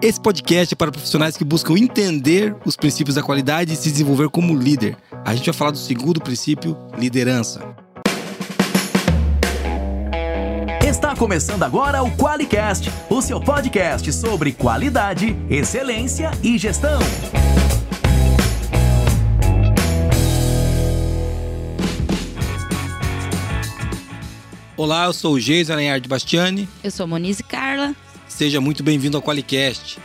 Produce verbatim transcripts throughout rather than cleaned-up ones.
Esse podcast é para profissionais que buscam entender os princípios da qualidade e se desenvolver como líder. A gente vai falar do segundo princípio, liderança. Está começando agora o QualiCast, o seu podcast sobre qualidade, excelência e gestão. Olá, eu sou o Geison Aranhard Bastiani. Eu sou Monize Carla. Seja muito bem-vindo ao QualiCast.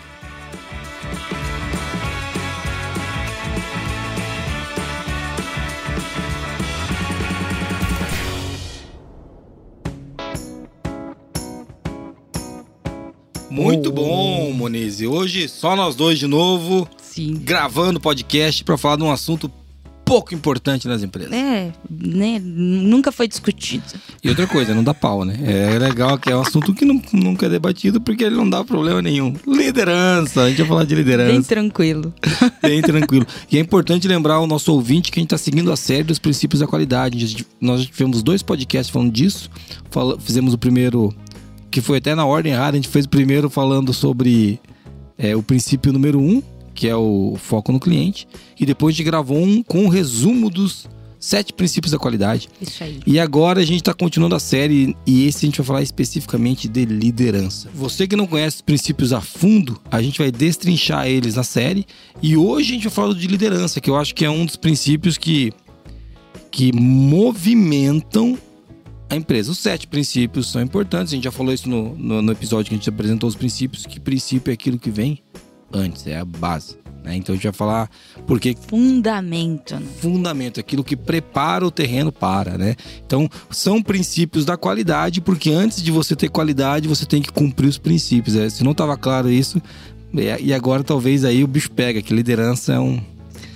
Muito bom, Monize. Hoje só nós dois de novo, Sim. gravando podcast para falar de um assunto pouco importante nas empresas. É, né? Nunca foi discutido. E outra coisa, não dá pau, né? É legal que é um assunto que não, nunca é debatido porque ele não dá problema nenhum. Liderança, a gente vai falar de liderança. Bem tranquilo. Bem tranquilo. E é importante lembrar ao nosso ouvinte que a gente está seguindo a série dos princípios da qualidade. Nós tivemos dois podcasts falando disso. Fala, fizemos o primeiro, que foi até na ordem errada, a gente fez o primeiro falando sobre é, o princípio número um, que é o foco no cliente, e depois a gente gravou um com um resumo dos sete princípios da qualidade. Isso aí. E agora a gente está continuando a série, e esse a gente vai falar especificamente de liderança. Você que não conhece os princípios a fundo, a gente vai destrinchar eles na série, e hoje a gente vai falar de liderança, que eu acho que é um dos princípios que, que movimentam a empresa. Os sete princípios são importantes, a gente já falou isso no, no, no episódio que a gente apresentou os princípios, que princípio é aquilo que vem antes, é a base, né? Então a gente vai falar porque fundamento, né? Fundamento, aquilo que prepara o terreno para, né? Então são princípios da qualidade, porque antes de você ter qualidade, você tem que cumprir os princípios. É, se não estava claro isso, e agora talvez aí o bicho pega, que liderança é um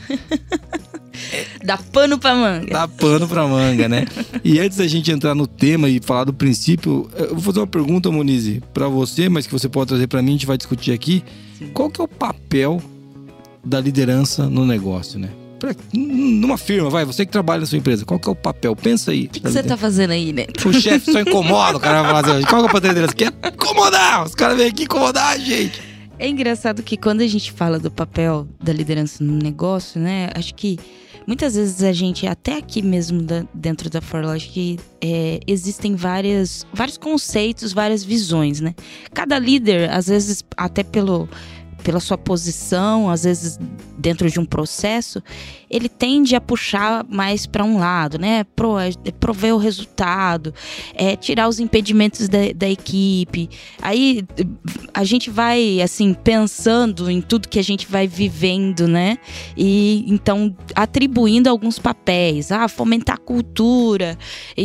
Dá pano pra manga. Dá pano pra manga, né? E antes da gente entrar no tema e falar do princípio, eu vou fazer uma pergunta, Monize, pra você, mas que você pode trazer pra mim, a gente vai discutir aqui. Sim. Qual que é o papel da liderança no negócio, né? Pra, numa firma, vai, você que trabalha na sua empresa, qual que é o papel? Pensa aí. O que, que você tá fazendo aí, né? O chefe só incomoda, o cara vai falar assim, qual que é o papel da liderança? Quer incomodar, os caras vêm aqui incomodar a gente. É engraçado que quando a gente fala do papel da liderança no negócio, né? Acho que muitas vezes a gente, até aqui mesmo da, dentro da ForLogic, é, existem várias, vários conceitos, várias visões, né? Cada líder, às vezes, até pelo, pela sua posição, às vezes dentro de um processo, ele tende a puxar mais para um lado, né? Pro, é, prover o resultado, é, tirar os impedimentos da, da equipe. Aí a gente vai, assim, pensando em tudo que a gente vai vivendo, né? E então atribuindo alguns papéis, ah, fomentar a cultura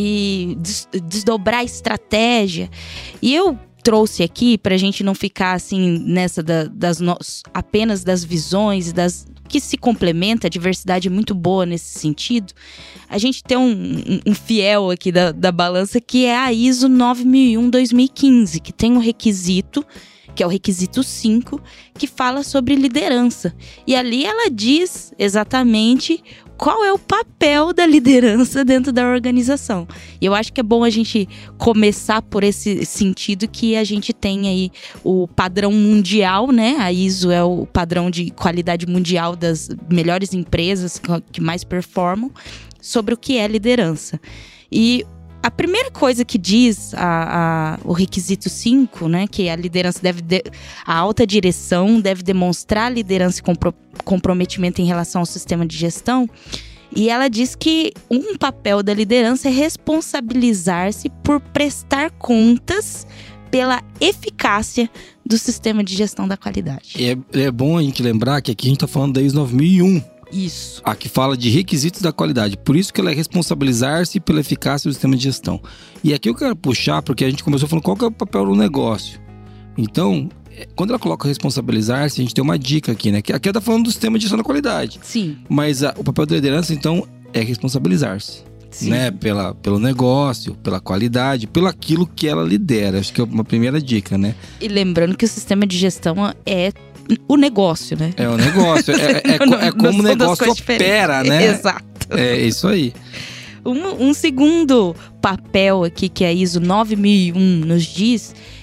e des, desdobrar a estratégia. E eu trouxe aqui pra gente não ficar assim nessa da, das no... apenas das visões, das que se complementa, a diversidade é muito boa nesse sentido. A gente tem um, um, um fiel aqui da, da balança que é a I S O nove mil e um dois mil e quinze, que tem um requisito, que é o requisito cinco, que fala sobre liderança. E ali ela diz exatamente qual é o papel da liderança dentro da organização. E eu acho que é bom a gente começar por esse sentido, que a gente tem aí o padrão mundial, né? A I S O é o padrão de qualidade mundial das melhores empresas que mais performam sobre o que é liderança. E a primeira coisa que diz a, a, o requisito cinco, né, que a liderança deve, de, a alta direção deve demonstrar liderança e compro, comprometimento em relação ao sistema de gestão, e ela diz que um papel da liderança é responsabilizar-se por prestar contas pela eficácia do sistema de gestão da qualidade. É, é bom a gente lembrar que aqui a gente está falando da I S O nove mil e um. Isso. A que fala de requisitos da qualidade. Por isso que ela é responsabilizar-se pela eficácia do sistema de gestão. E aqui eu quero puxar, porque a gente começou falando qual que é o papel do negócio. Então, quando ela coloca responsabilizar-se, a gente tem uma dica aqui, né? Que aqui ela tá falando do sistema de gestão da qualidade. Sim. Mas a, o papel da liderança, então, é responsabilizar-se. Sim. Né? Pela, pelo negócio, pela qualidade, pelo aquilo que ela lidera. Acho que é uma primeira dica, né? E lembrando que o sistema de gestão é o negócio, né? É o negócio. É, é, no, é como o negócio opera, né? Exato. É isso aí. Um, um segundo papel aqui que a I S O nove mil e um nos diz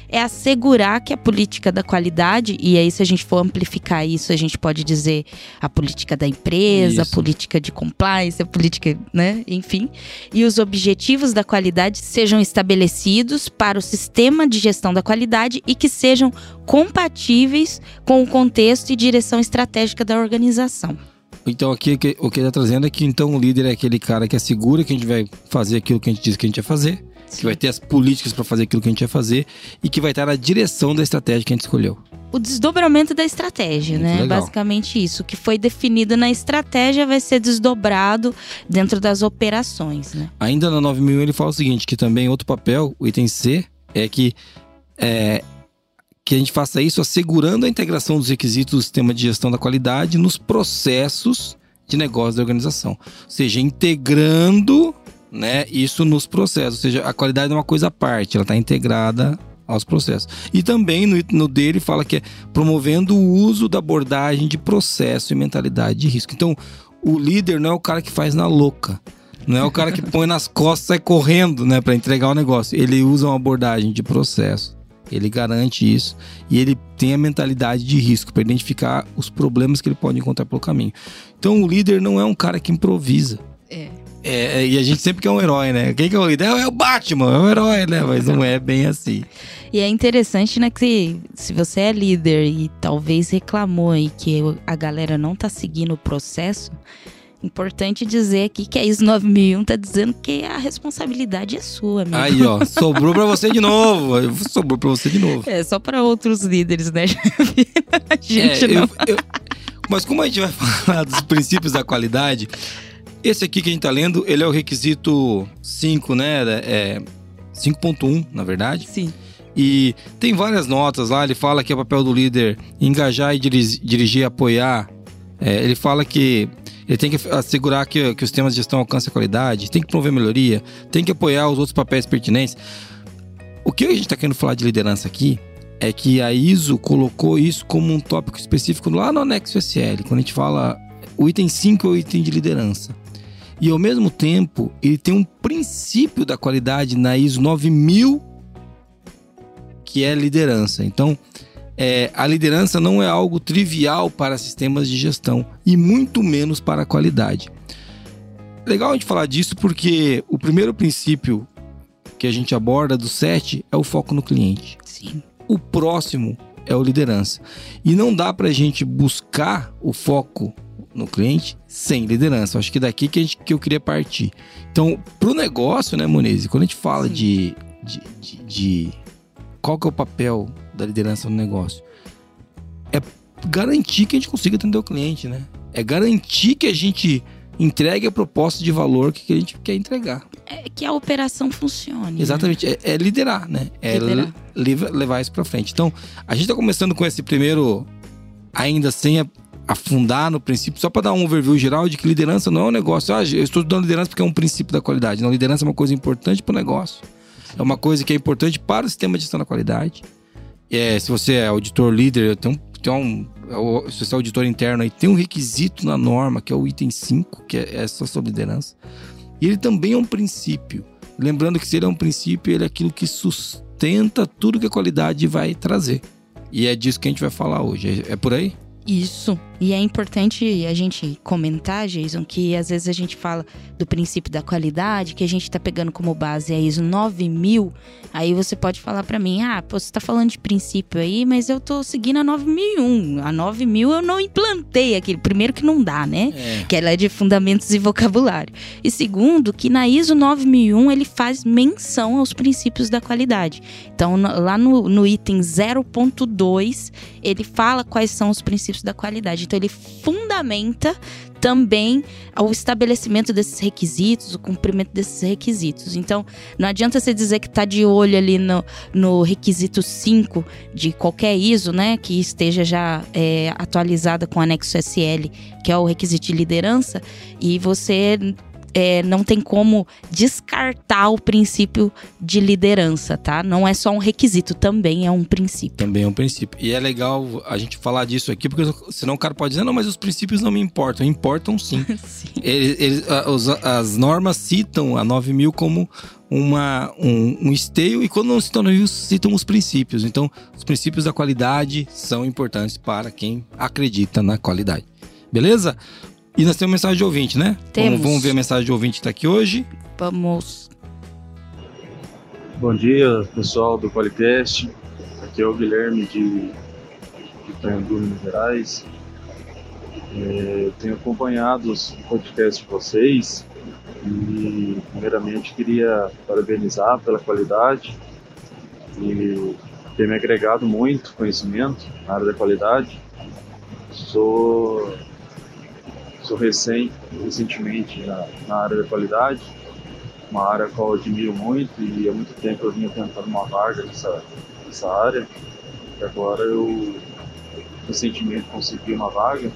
é assegurar que a política da qualidade, e aí se a gente for amplificar isso, a gente pode dizer a política da empresa, isso. a política de compliance, a política, né, enfim, e os objetivos da qualidade sejam estabelecidos para o sistema de gestão da qualidade e que sejam compatíveis com o contexto e direção estratégica da organização. Então aqui o que ele está trazendo é que então o líder é aquele cara que assegura que a gente vai fazer aquilo que a gente diz que a gente vai fazer, Sim. que vai ter as políticas para fazer aquilo que a gente vai fazer e que vai estar na direção da estratégia que a gente escolheu. O desdobramento da estratégia, Muito né? Legal. Basicamente isso. O que foi definido na estratégia vai ser desdobrado dentro das operações, né? Ainda na nove mil ele fala o seguinte, que também outro papel, o item C, é que, é, que a gente faça isso assegurando a integração dos requisitos do sistema de gestão da qualidade nos processos de negócio da organização. Ou seja, integrando, né, isso nos processos. Ou seja, a qualidade é uma coisa à parte, ela está integrada aos processos. E também no, no dele fala que é promovendo o uso da abordagem de processo e mentalidade de risco. Então, o líder não é o cara que faz na louca. Não é o cara que põe nas costas e sai correndo, né, para entregar o negócio. Ele usa uma abordagem de processo. Ele garante isso. E ele tem a mentalidade de risco para identificar os problemas que ele pode encontrar pelo caminho. Então, o líder não é um cara que improvisa. É. É, e a gente sempre quer um herói, né? Quem que é o líder? É o Batman, é o herói, né? Mas não é bem assim. E é interessante, né, que se você é líder e talvez reclamou aí que a galera não tá seguindo o processo, importante dizer aqui que a I S O nove mil e um tá dizendo que a responsabilidade é sua, amigo. Aí, ó, sobrou pra você de novo. Sobrou pra você de novo. É, só pra outros líderes, né? A gente é, não. Eu, eu, mas como a gente vai falar dos princípios da qualidade... Esse aqui que a gente tá lendo, ele é o requisito cinco, né? É cinco ponto um, na verdade. Sim. E tem várias notas lá. Ele fala que é o papel do líder engajar e dirigir, dirigir apoiar. É, ele fala que ele tem que assegurar que, que os sistemas de gestão alcancem a qualidade, tem que promover melhoria, tem que apoiar os outros papéis pertinentes. O que a gente tá querendo falar de liderança aqui é que a I S O colocou isso como um tópico específico lá no anexo S L. Quando a gente fala, o item cinco é o item de liderança. E ao mesmo tempo, ele tem um princípio da qualidade na I S O nove mil, que é liderança. Então, é, a liderança não é algo trivial para sistemas de gestão e muito menos para a qualidade. Legal a gente falar disso porque o primeiro princípio que a gente aborda do sete é o foco no cliente. Sim. O próximo é o liderança. E não dá para a gente buscar o foco no cliente sem liderança. Acho que daqui que, a gente, que eu queria partir. Então, pro negócio, né, Monese? Quando a gente fala de, de, de, de qual que é o papel da liderança no negócio, é garantir que a gente consiga atender o cliente, né? É garantir que a gente entregue a proposta de valor que a gente quer entregar. É que a operação funcione. Exatamente. Né? É, é liderar, né? É liderar. Le, levar isso pra frente. Então, a gente tá começando com esse primeiro, ainda sem a afundar no princípio, só para dar um overview geral de que liderança não é um negócio. Ah, eu estou estudando liderança porque é um princípio da qualidade. Não, liderança é uma coisa importante para o negócio. É uma coisa que é importante para o sistema de gestão da qualidade. É, se você é auditor líder, tem um, tem um, se você é auditor interno, aí tem um requisito na norma, que é o item cinco, que é essa sobre liderança. E ele também é um princípio. Lembrando que se ele é um princípio, ele é aquilo que sustenta tudo que a qualidade vai trazer. E é disso que a gente vai falar hoje. É, é por aí? Isso. E é importante a gente comentar, Jason, que às vezes a gente fala do princípio da qualidade, que a gente tá pegando como base a I S O nove mil. Aí você pode falar pra mim, ah, pô, você tá falando de princípio aí, mas eu tô seguindo a nove mil e um. A nove mil eu não implantei aquele. Primeiro que não dá, né? É. Que ela é de fundamentos e vocabulário. E segundo, que na I S O nove mil e um ele faz menção aos princípios da qualidade. Então, lá no, no item zero ponto dois, ele fala quais são os princípios da qualidade. Então, ele fundamenta também o estabelecimento desses requisitos, o cumprimento desses requisitos. Então, não adianta você dizer que está de olho ali no, no requisito cinco de qualquer I S O, né, que esteja já é, atualizada com o anexo S L, que é o requisito de liderança, e você é, não tem como descartar o princípio de liderança, tá? Não é só um requisito, também é um princípio. Também é um princípio. E é legal a gente falar disso aqui, porque senão o cara pode dizer, não, mas os princípios não me importam. Importam sim. Sim. Eles, eles, as, as normas citam a nove mil como uma, um, um esteio, e quando não citam a nove mil, citam os princípios. Então, os princípios da qualidade são importantes para quem acredita na qualidade. Beleza? E nós temos mensagem de ouvinte, né? Temos. Vamos, vamos ver a mensagem de ouvinte que está aqui hoje. Vamos. Bom dia, pessoal do Qualicast. Aqui é o Guilherme de, de Itaiandu, Minas Gerais. É, eu tenho acompanhado os podcasts de vocês e, primeiramente, queria parabenizar pela qualidade e ter me agregado muito conhecimento na área da qualidade. Sou, sou recém, recentemente na, na área da qualidade, uma área que eu admiro muito e há muito tempo eu vinha tentando uma vaga nessa, nessa área. E agora eu recentemente consegui uma vaga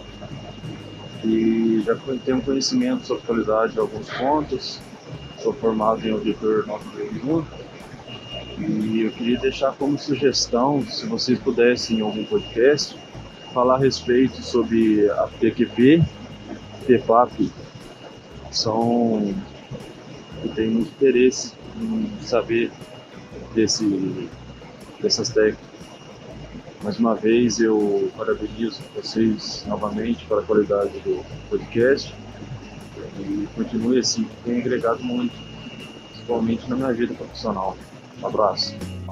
e já tenho conhecimento sobre qualidade em alguns pontos. Sou formado em auditor nove mil e um e eu queria deixar como sugestão, se vocês pudessem em algum podcast, falar a respeito sobre a P Q P, P P A P. São... Eu tenho muito interesse em saber desse, dessas técnicas. Mais uma vez eu parabenizo vocês novamente pela qualidade do podcast e continue assim, tem agregado muito, principalmente na minha vida profissional. Um abraço.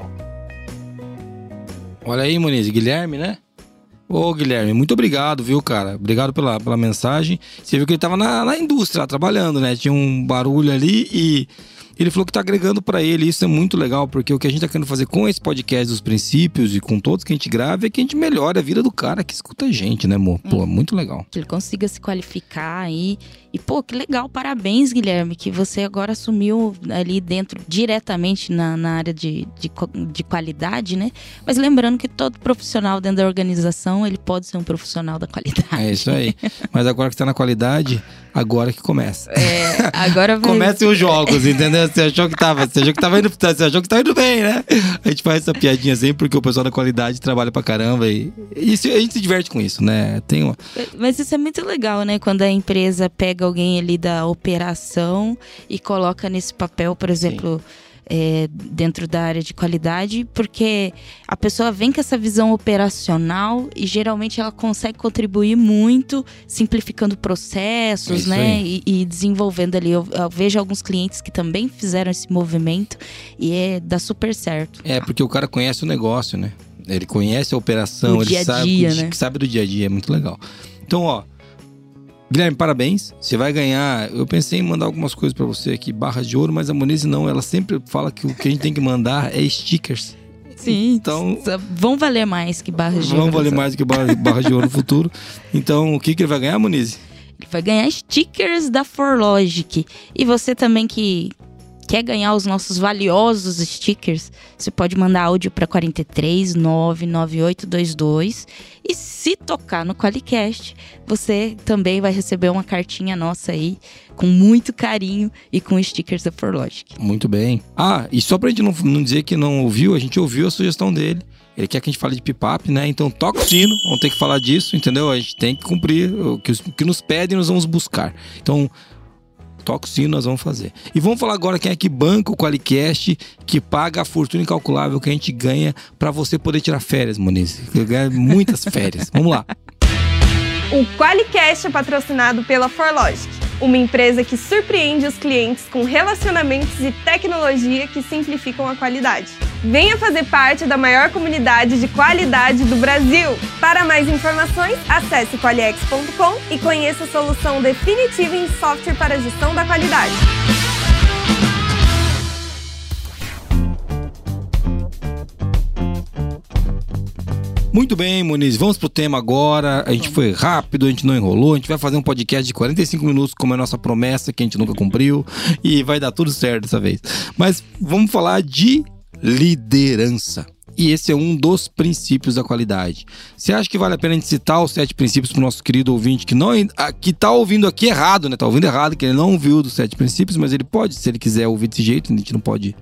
Olha aí, Muniz, Guilherme, né? Ô, Guilherme, muito obrigado, viu, cara? Obrigado pela, pela mensagem. Você viu que ele tava na, na indústria, lá, trabalhando, né? Tinha um barulho ali e ele falou que tá agregando pra ele. Isso é muito legal, porque o que a gente tá querendo fazer com esse podcast dos princípios e com todos que a gente grava é que a gente melhore a vida do cara que escuta a gente, né, amor? Pô, é muito legal. Que ele consiga se qualificar aí. E, pô, que legal. Parabéns, Guilherme, que você agora assumiu ali dentro, diretamente na, na área de, de, de qualidade, né? Mas lembrando que todo profissional dentro da organização, ele pode ser um profissional da qualidade. É isso aí. Mas agora que tá na qualidade, agora que começa. É, agora vai... Comecem os jogos, entendeu? Você achou que tava, você achou que tava indo, você achou que tava indo bem, né? A gente faz essa piadinha sempre porque o pessoal da qualidade trabalha pra caramba e, e a gente se diverte com isso, né? Tem uma... Mas isso é muito legal, né? Quando a empresa pega alguém ali da operação e coloca nesse papel, por exemplo... É, dentro da área de qualidade, porque a pessoa vem com essa visão operacional e geralmente ela consegue contribuir muito, simplificando processos, é né? E, e desenvolvendo ali. Eu, eu vejo alguns clientes que também fizeram esse movimento e é, dá super certo. É, porque o cara conhece o negócio, né? Ele conhece a operação, o ele dia a sabe, dia, né? sabe do dia a dia, é muito legal. Então, ó, Guilherme, parabéns. Você vai ganhar. Eu pensei em mandar algumas coisas pra você aqui, barras de ouro, mas a Moniz não. Ela sempre fala que o que a gente tem que mandar é stickers. Sim, então vão valer mais que barras de ouro. Vão valer mais que barras barra de ouro no futuro. Então, o que, que ele vai ganhar, Moniz? Ele vai ganhar stickers da ForLogic. E você também que quer ganhar os nossos valiosos stickers, você pode mandar áudio para quatro três nove nove oito dois dois. E se tocar no Qualicast, você também vai receber uma cartinha nossa aí, com muito carinho e com stickers da ForLogic. Muito bem. Ah, e só pra gente não, não dizer que não ouviu, a gente ouviu a sugestão dele. Ele quer que a gente fale de P P A P, né? Então toca o sino, vamos ter que falar disso, entendeu? A gente tem que cumprir o que, o que nos pedem, nós vamos buscar. Então... toca o sino, nós vamos fazer. E vamos falar agora quem é que banca o Qualicast, que paga a fortuna incalculável que a gente ganha pra você poder tirar férias, Moniz. Ganhar muitas férias. Vamos lá. O Qualicast é patrocinado pela ForLogic, uma empresa que surpreende os clientes com relacionamentos e tecnologia que simplificam a qualidade. Venha fazer parte da maior comunidade de qualidade do Brasil. Para mais informações, acesse qualiex ponto com e conheça a solução definitiva em software para gestão da qualidade. Muito bem, Muniz, vamos pro tema agora. A gente foi rápido, a gente não enrolou. A gente vai fazer um podcast de quarenta e cinco minutos, como é a nossa promessa, que a gente nunca cumpriu. E vai dar tudo certo dessa vez. Mas vamos falar de liderança. E esse é um dos princípios da qualidade. Você acha que vale a pena a gente citar os sete princípios para o nosso querido ouvinte que não que tá ouvindo aqui errado, né? Tá ouvindo errado, que ele não ouviu dos sete princípios, mas ele pode, se ele quiser ouvir desse jeito, a gente não pode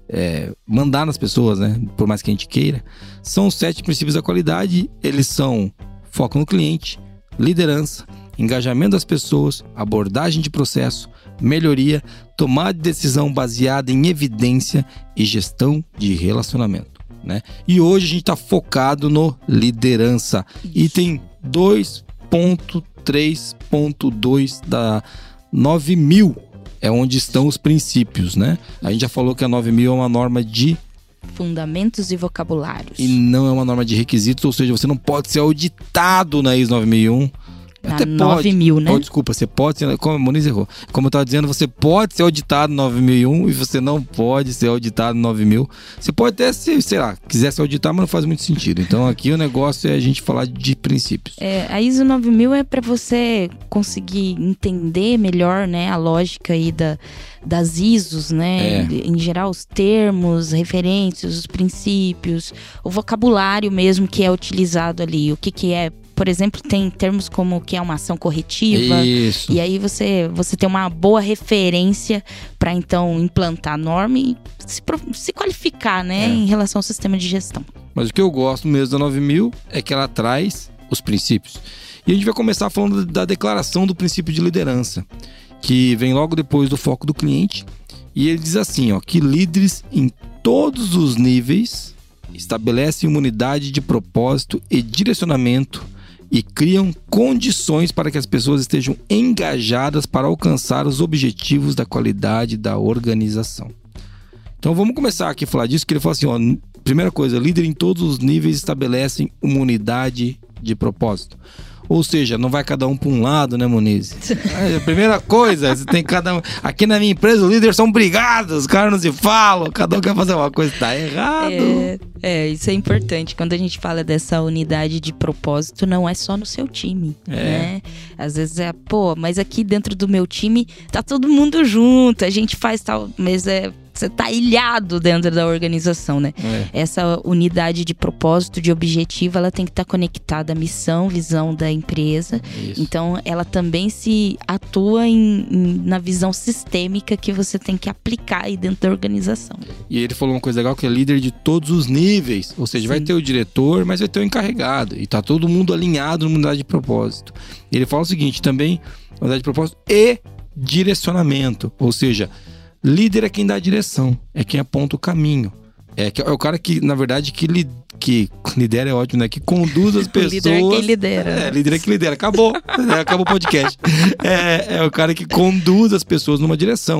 é, mandar nas pessoas, né? Por mais que a gente queira. São os sete princípios da qualidade. Eles são foco no cliente, liderança, engajamento das pessoas, abordagem de processo, melhoria, tomada de decisão baseada em evidência e gestão de relacionamento. Né? E hoje a gente está focado no liderança. Item dois ponto três ponto dois da nove mil é onde estão os princípios, né? A gente já falou que a nove mil é uma norma de fundamentos e vocabulários. E não é uma norma de requisitos, ou seja, você não pode ser auditado na I S O nove mil e um. Na Até nove mil, né? Oh, desculpa, você pode ser, como a Moniz errou. Como eu estava dizendo, você pode ser auditado no nove mil e um e você não pode ser auditado no nove mil. Você pode até ser, sei lá, quiser ser auditar, mas não faz muito sentido. Então aqui o negócio é a gente falar de princípios. É, a I S O nove mil é para você conseguir entender melhor, né, a lógica aí da, das I S Os, né? É. Em geral, os termos, referências, os princípios, o vocabulário mesmo que é utilizado ali. O que que é. Por exemplo, tem termos como o que é uma ação corretiva. Isso. E aí você, você tem uma boa referência para então implantar a norma e se, se qualificar, né, É. em relação ao sistema de gestão. Mas o que eu gosto mesmo da nove mil é que ela traz os princípios. E a gente vai começar falando da declaração do princípio de liderança, que vem logo depois do foco do cliente. E ele diz assim, ó, que líderes em todos os níveis estabelecem uma unidade de propósito e direcionamento e criam condições para que as pessoas estejam engajadas para alcançar os objetivos da qualidade da organização. Então vamos começar aqui a falar disso, que ele fala assim, ó, primeira coisa, líder em todos os níveis estabelecem uma unidade de propósito. Ou seja, não vai cada um para um lado, né, Moniz? A primeira coisa, você tem cada um... Aqui na minha empresa, os líderes são brigados, os caras não se falam, cada um quer fazer uma coisa, tá errado. É, é, isso é importante. Quando a gente fala dessa unidade de propósito, não é só no seu time, É. né? Às vezes é, pô, mas aqui dentro do meu time tá todo mundo junto, a gente faz tal, mas é... Você tá ilhado dentro da organização, né? É. Essa unidade de propósito, de objetivo, ela tem que estar conectada à missão, visão da empresa. Isso. Então, ela também se atua em, em- na visão sistêmica que você tem que aplicar aí dentro da organização. E ele falou uma coisa legal, que é líder de todos os níveis. Ou seja, vai Sim. ter o diretor, mas vai ter o encarregado. E tá todo mundo alinhado numa unidade de propósito. Ele fala o seguinte, também, unidade de propósito e direcionamento. Ou seja, líder é quem dá a direção, é quem aponta o caminho. É, que- é o cara que, na verdade, que, li, que lidera é ótimo, né? Que conduz as pessoas. líder é quem lidera. É, líder é que lidera. Acabou. É, acabou o podcast. É, é o cara que conduz as pessoas numa direção.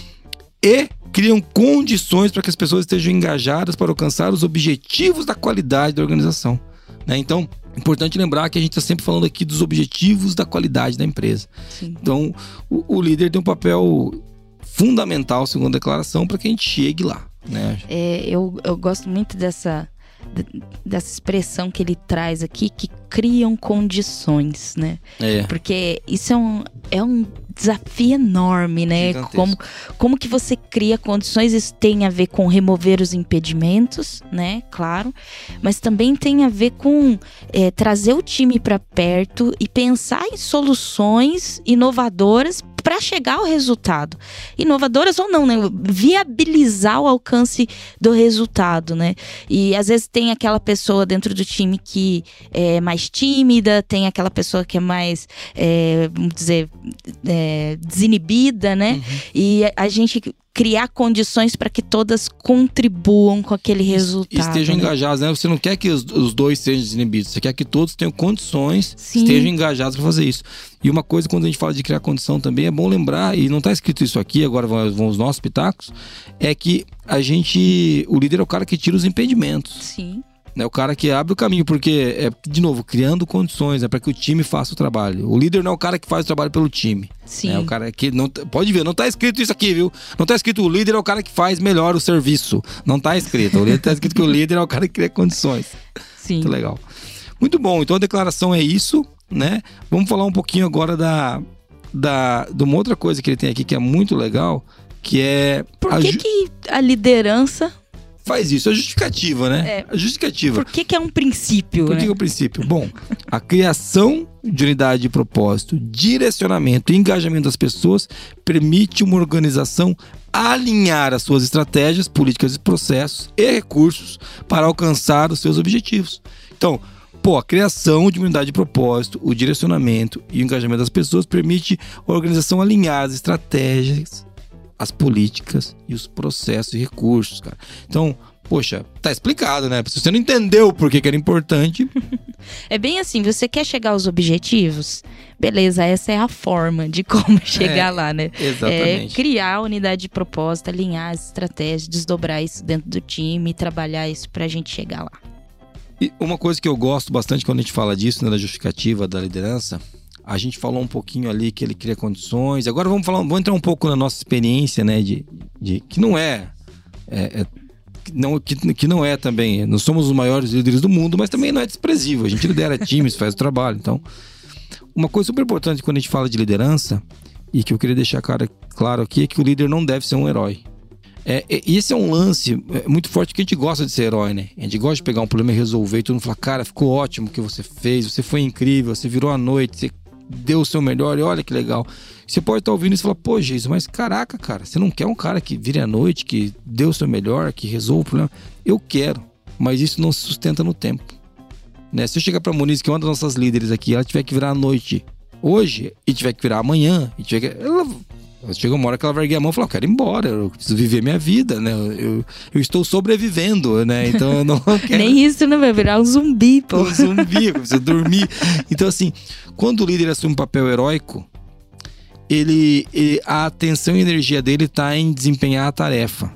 E criam condições para que as pessoas estejam engajadas para alcançar os objetivos da qualidade da organização. Né? Então, é importante lembrar que a gente está sempre falando aqui dos objetivos da qualidade da empresa. Sim. Então, o, o líder tem um papel fundamental, segundo a declaração, para que a gente chegue lá. Né? É, eu, eu gosto muito dessa, de- dessa expressão que ele traz aqui, que criam condições, né? É. Porque isso é um, é um desafio enorme, né? Gigantesco. Como, como que você cria condições, isso tem a ver com remover os impedimentos, né? Claro. Mas também tem a ver com é, trazer o time para perto e pensar em soluções inovadoras para chegar ao resultado. Inovadoras ou não, né? Viabilizar o alcance do resultado, né? E às vezes tem aquela pessoa dentro do time que é mais tímida, tem aquela pessoa que é mais, é, vamos dizer, é, desinibida, né? Uhum. E a, a gente criar condições para que todas contribuam com aquele resultado. E estejam né? engajados, né? Você não quer que os, os dois sejam desinibidos, você quer que todos tenham condições, Sim. estejam engajados para fazer isso. E uma coisa, quando a gente fala de criar condição também, é bom lembrar, e não está escrito isso aqui, agora vão, vão os nossos pitacos, é que a gente, o líder é o cara que tira os impedimentos. Sim. É o cara que abre o caminho, porque, é, de novo, criando condições, é para que o time faça o trabalho. O líder não é o cara que faz o trabalho pelo time. Sim. É o cara que não. Pode ver, não tá escrito isso aqui, viu? Não tá escrito o líder é o cara que faz melhor o serviço. Não tá escrito. O líder tá escrito que o líder é o cara que cria condições. Sim. Muito legal. Muito bom. Então a declaração é isso, né? Vamos falar um pouquinho agora da, da, de uma outra coisa que ele tem aqui que é muito legal, que é. Por a que, ju- que a liderança faz isso. É justificativa, né? É. É justificativa. Por que que é um princípio, Por né? que que é o princípio? Bom, a criação de unidade de propósito, direcionamento e engajamento das pessoas permite uma organização alinhar as suas estratégias, políticas, processos e recursos para alcançar os seus objetivos. Então, pô, a criação de uma unidade de propósito, o direcionamento e o engajamento das pessoas permite a organização alinhar as estratégias, as políticas e os processos e recursos, cara. Então, poxa, tá explicado, né? Se você não entendeu por que que era importante... É bem assim, você quer chegar aos objetivos? Beleza, essa é a forma de como chegar É, lá, né? Exatamente. É criar a unidade de propósito, alinhar as estratégias, desdobrar isso dentro do time e trabalhar isso pra gente chegar lá. E uma coisa que eu gosto bastante quando a gente fala disso, né, da justificativa da liderança, a gente falou um pouquinho ali que ele cria condições. Agora vamos falar, vamos entrar um pouco na nossa experiência, né, de, de que não é, é, é não, que, que não é também. Nós somos os maiores líderes do mundo, mas também não é desprezível. A gente lidera times, faz o trabalho. Então, uma coisa super importante quando a gente fala de liderança e que eu queria deixar claro, claro aqui é que o líder não deve ser um herói. É, e esse é um lance muito forte que a gente gosta de ser herói, né? A gente gosta de pegar um problema e resolver e todo mundo fala, cara, ficou ótimo o que você fez, você foi incrível, você virou a noite, você deu o seu melhor e olha que legal. Você pode estar ouvindo isso e falar, pô, Jesus, mas caraca, cara, você não quer um cara que vire a noite, que dê o seu melhor, que resolva o problema? Eu quero, mas isso não se sustenta no tempo. Né? Se eu chegar pra Moniz, que é uma das nossas líderes aqui, ela tiver que virar a noite hoje e tiver que virar amanhã, e tiver que... ela... Chega uma hora que ela vai erguer a mão e fala, eu quero ir embora, eu preciso viver minha vida, né? Eu, eu, eu estou sobrevivendo, né? Então eu não quero... Nem isso não vai virar um zumbi, pô. Um zumbi, eu preciso dormir. Então assim, quando o líder assume um papel heróico, ele, ele, a atenção e a energia dele está em desempenhar a tarefa.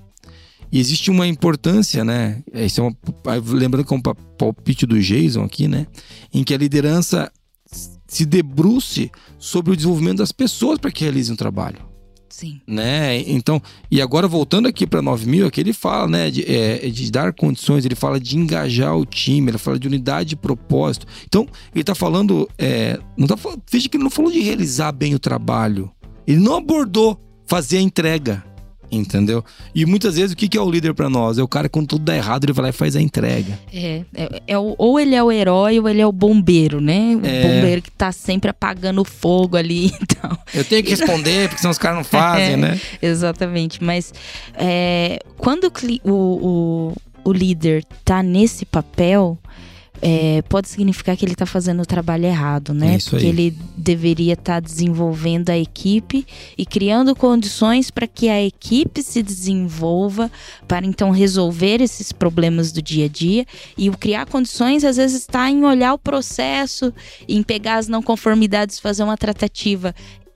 E existe uma importância, né? Isso é uma, lembrando que é um palpite do Jason aqui, né? Em que a liderança se debruce sobre o desenvolvimento das pessoas para que realizem o trabalho. Sim. Né? Então, e agora voltando aqui para nove mil, aqui ele fala, né, de, é, de dar condições, ele fala de engajar o time, ele fala de unidade de propósito. Então, ele está falando, é, não tá falando, veja que ele não falou de realizar bem o trabalho. Ele não abordou fazer a entrega. Entendeu? E muitas vezes o que que é o líder pra nós? É o cara, quando tudo dá errado, ele vai lá e faz a entrega. É, é, é o, ou ele é o herói ou ele é o bombeiro, né? O É. bombeiro que tá sempre apagando o fogo ali e tal. Eu tenho que responder, porque senão os caras não fazem, É, né? Exatamente, mas é, quando o, cli- o, o, o líder tá nesse papel, é, pode significar que ele tá fazendo o trabalho errado, né? É isso Porque aí. ele deveria estar desenvolvendo a equipe e criando condições para que a equipe se desenvolva para então resolver esses problemas do dia a dia. E o criar condições às vezes está em olhar o processo, em pegar as não conformidades, fazer uma tratativa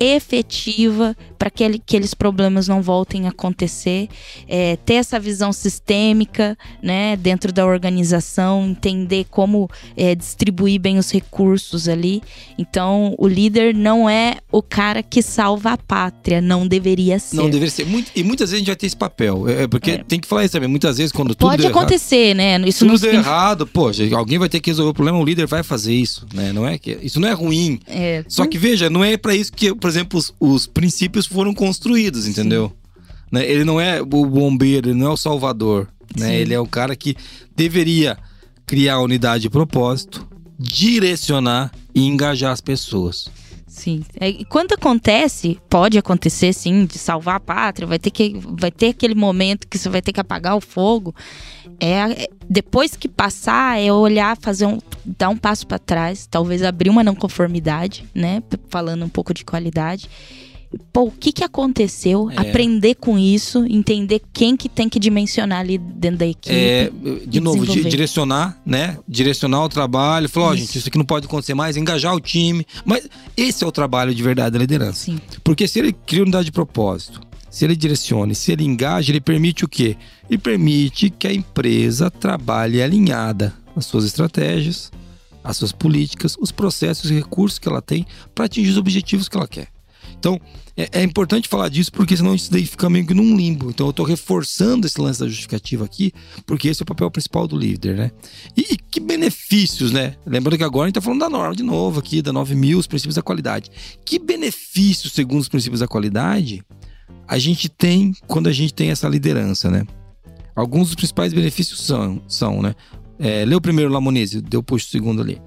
efetiva para que ele- aqueles problemas não voltem a acontecer, é, ter essa visão sistêmica, né, dentro da organização, entender como é, distribuir bem os recursos ali. Então, o líder não é o cara que salva a pátria, não deveria ser. Não deveria ser. Muito, e muitas vezes a gente vai ter esse papel. É, porque É. tem que falar isso também. Muitas vezes, quando tudo Pode deu errado, acontecer, né? Isso tudo não deu significa- errado, poxa, alguém vai ter que resolver o problema, o líder vai fazer isso, né? Não é que, isso não é ruim. É, Só que veja, não é pra isso que, por exemplo, os, os princípios foram construídos, entendeu? Né? Ele não é o bombeiro, ele não é o salvador, né? Sim. Ele é o cara que deveria criar a unidade de propósito, direcionar e engajar as pessoas. Sim. É, e quando acontece, pode acontecer sim, de salvar a pátria, vai ter, que, vai ter aquele momento que você vai ter que apagar o fogo. É, é- depois que passar, é olhar, fazer um, dar um passo para trás, talvez abrir uma não conformidade, né? P- Falando um pouco de qualidade. Pô, o que que aconteceu? É. Aprender com isso, entender quem que tem que dimensionar ali dentro da equipe. É, de e novo, di- desenvolver. direcionar, né? Direcionar o trabalho. Falar, ó, Isso. gente, isso aqui não pode acontecer mais, engajar o time. Mas esse é o trabalho de verdade da liderança. Sim. Porque se ele cria unidade de propósito, se ele direciona, se ele engaja, ele permite o quê? Ele permite que a empresa trabalhe alinhada às suas estratégias, às suas políticas, os processos e recursos que ela tem para atingir os objetivos que ela quer. Então, é, é importante falar disso, porque senão isso daí fica meio que num limbo. Então, eu tô reforçando esse lance da justificativa aqui, porque esse é o papel principal do líder, né? E, e que benefícios, né? Lembrando que agora a gente tá falando da norma de novo aqui, da nove mil, os princípios da qualidade. Que benefícios, segundo os princípios da qualidade, a gente tem quando a gente tem essa liderança, né? Alguns dos principais benefícios são, são né? É, lê o primeiro lá, Moniz, deu puxo o segundo ali.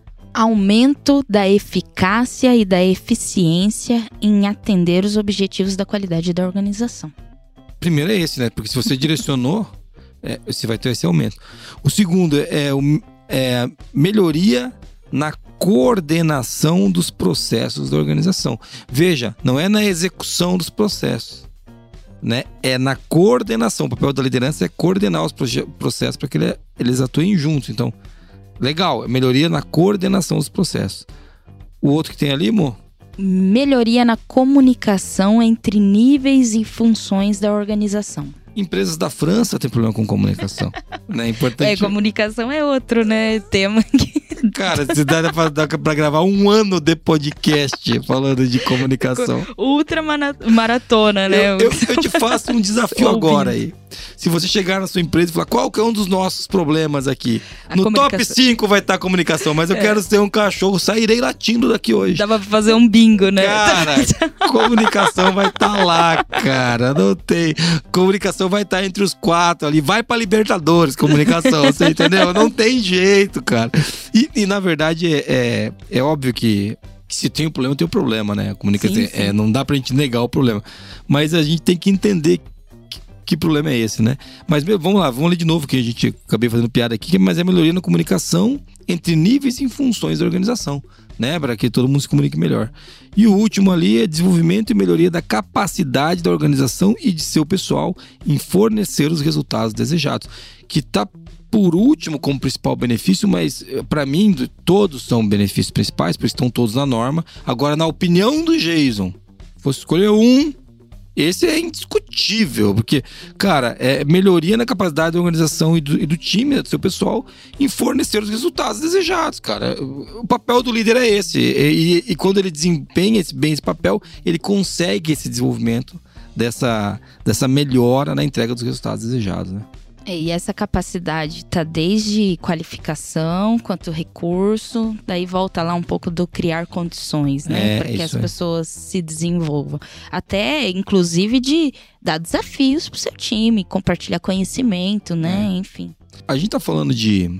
Aumento da eficácia e da eficiência em atender os objetivos da qualidade da organização. Primeiro é esse, né? Porque se você direcionou, é, você vai ter esse aumento. O segundo é, o, é melhoria na coordenação dos processos da organização. Veja, não é na execução dos processos, né? É na coordenação. O papel da liderança é coordenar os processos para que ele, eles atuem juntos. Então, legal, melhoria na coordenação dos processos. O outro que tem ali, amor? Melhoria na comunicação entre níveis e funções da organização. Empresas da França têm problema com comunicação. Né? Importante... É, comunicação é outro, né? Tema que... Cara, se dá pra, dá pra gravar um ano de podcast falando de comunicação. Ultra maratona, né? Eu, eu, eu te faço um desafio agora aí. Se você chegar na sua empresa e falar qual que é um dos nossos problemas aqui. A no top cinco vai estar a comunicação, mas eu é. quero ser um cachorro, sairei latindo daqui hoje. Dá pra fazer um bingo, né? Cara, comunicação vai estar lá, cara. Não tem. Comunicação vai estar entre os quatro ali. Vai pra Libertadores, comunicação, você entendeu? Não tem jeito, cara. E, e na verdade, é, é, é óbvio que, que se tem um problema, tem um problema, né? A comunicação, sim, sim. É, não dá pra gente negar o problema. Mas a gente tem que entender que, que problema é esse, né? Mas vamos lá, vamos ler de novo, que a gente acabei fazendo piada aqui, mas é melhoria na comunicação entre níveis e funções da organização, né? Para que todo mundo se comunique melhor. E o último ali é desenvolvimento e melhoria da capacidade da organização e de seu pessoal em fornecer os resultados desejados. Que tá por último como principal benefício, mas para mim todos são benefícios principais, porque estão todos na norma. Agora, na opinião do Jason, fosse escolher um, esse é indiscutível, porque, cara, é melhoria na capacidade da organização e do, e do time, do seu pessoal, em fornecer os resultados desejados, cara. O papel do líder é esse, e, e, e quando ele desempenha esse, bem esse papel, ele consegue esse desenvolvimento dessa, dessa melhora na entrega dos resultados desejados, né? É, e essa capacidade tá desde qualificação quanto recurso, daí volta lá um pouco do criar condições, né? É, para que as é. pessoas se desenvolvam. Até, inclusive, de dar desafios pro seu time, compartilhar conhecimento, né? É. Enfim. A gente tá falando de,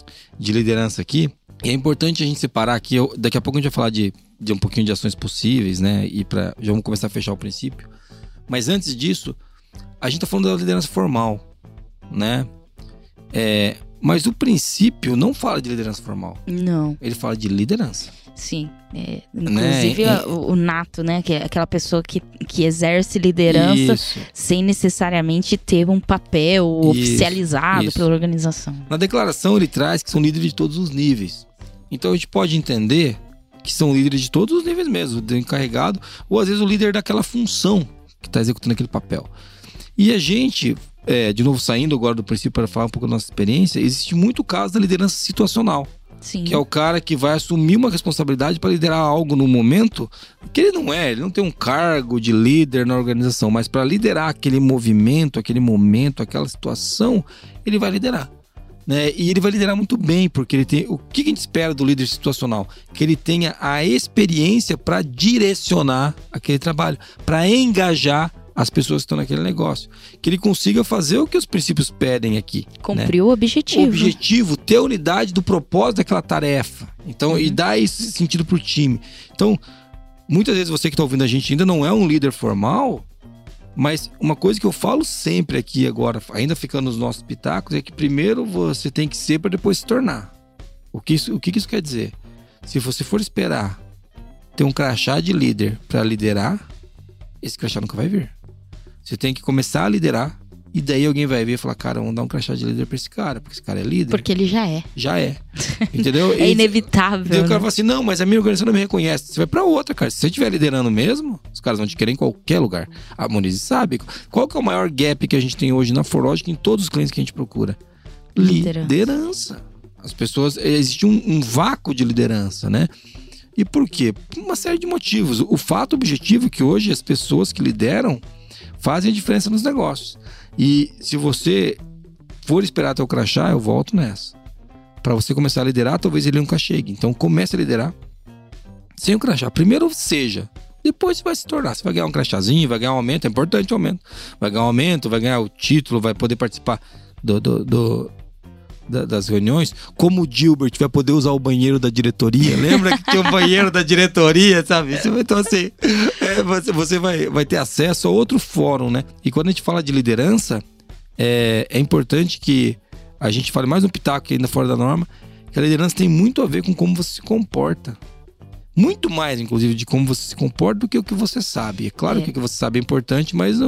de liderança aqui, e é importante a gente separar aqui. Eu, daqui a pouco a gente vai falar de, de um pouquinho de ações possíveis, né? E pra, já vamos começar a fechar o princípio. Mas antes disso, a gente tá falando da liderança formal, né? É, mas o princípio não fala de liderança formal. Não. Ele fala de liderança. Sim. É, inclusive né? o, o nato, né? Que é aquela pessoa que, que exerce liderança isso. sem necessariamente ter um papel isso. oficializado isso. pela organização. Na declaração ele traz que são líderes de todos os níveis. Então a gente pode entender que são líderes de todos os níveis mesmo, do encarregado, ou às vezes o líder daquela função que está executando aquele papel. E a gente... É, de novo, saindo agora do princípio para falar um pouco da nossa experiência, existe muito caso da liderança situacional. Sim. Que é o cara que vai assumir uma responsabilidade para liderar algo no momento que ele não é, ele não tem um cargo de líder na organização, mas para liderar aquele movimento, aquele momento, aquela situação, ele vai liderar. Né? E ele vai liderar muito bem, porque ele tem. O que a gente espera do líder situacional? Que ele tenha a experiência para direcionar aquele trabalho, para engajar as pessoas que estão naquele negócio. Que ele consiga fazer o que os princípios pedem aqui. Cumprir, né? O objetivo. O objetivo, ter a unidade do propósito daquela tarefa. Então, uhum. e dar esse sentido pro time. Então, muitas vezes você que está ouvindo a gente ainda não é um líder formal, mas uma coisa que eu falo sempre aqui agora, ainda ficando nos nossos pitacos, é que primeiro você tem que ser para depois se tornar. O que, isso, o que isso quer dizer? Se você for esperar ter um crachá de líder para liderar, esse crachá nunca vai vir. Você tem que começar a liderar e daí alguém vai ver e falar, cara, vamos dar um crachá de líder pra esse cara, porque esse cara é líder. Porque ele já é. Já é. Entendeu? É e, inevitável. Daí né? o cara fala assim, não, mas a minha organização não me reconhece. Você vai pra outra, cara. Se você estiver liderando mesmo, os caras vão te querer em qualquer lugar. A Moniz sabe. Qual que é o maior gap que a gente tem hoje na ForLogic em todos os clientes que a gente procura? Liderança. liderança. As pessoas... Existe um, um vácuo de liderança, né? E por quê? Por uma série de motivos. O fato objetivo é que hoje as pessoas que lideram fazem a diferença nos negócios. E se você for esperar até o crachá, eu volto nessa. Para você começar a liderar, talvez ele nunca chegue. Então comece a liderar sem o crachá. Primeiro seja, Depois você vai se tornar. Você vai ganhar um crachazinho, vai ganhar um aumento. É importante o aumento. Vai ganhar um aumento, vai ganhar o título, vai poder participar do, do, do, da, das reuniões. Como o Gilbert vai poder usar o banheiro da diretoria. Lembra que tinha um banheiro da diretoria, sabe? Então, assim, é, você, você vai, vai ter acesso a outro fórum, né? E quando a gente fala de liderança, é, é importante que a gente fale mais um pitaco ainda fora da norma, que a liderança tem muito a ver com como você se comporta. Muito mais, inclusive, de como você se comporta do que o que você sabe. É claro é. que o que você sabe é importante, mas...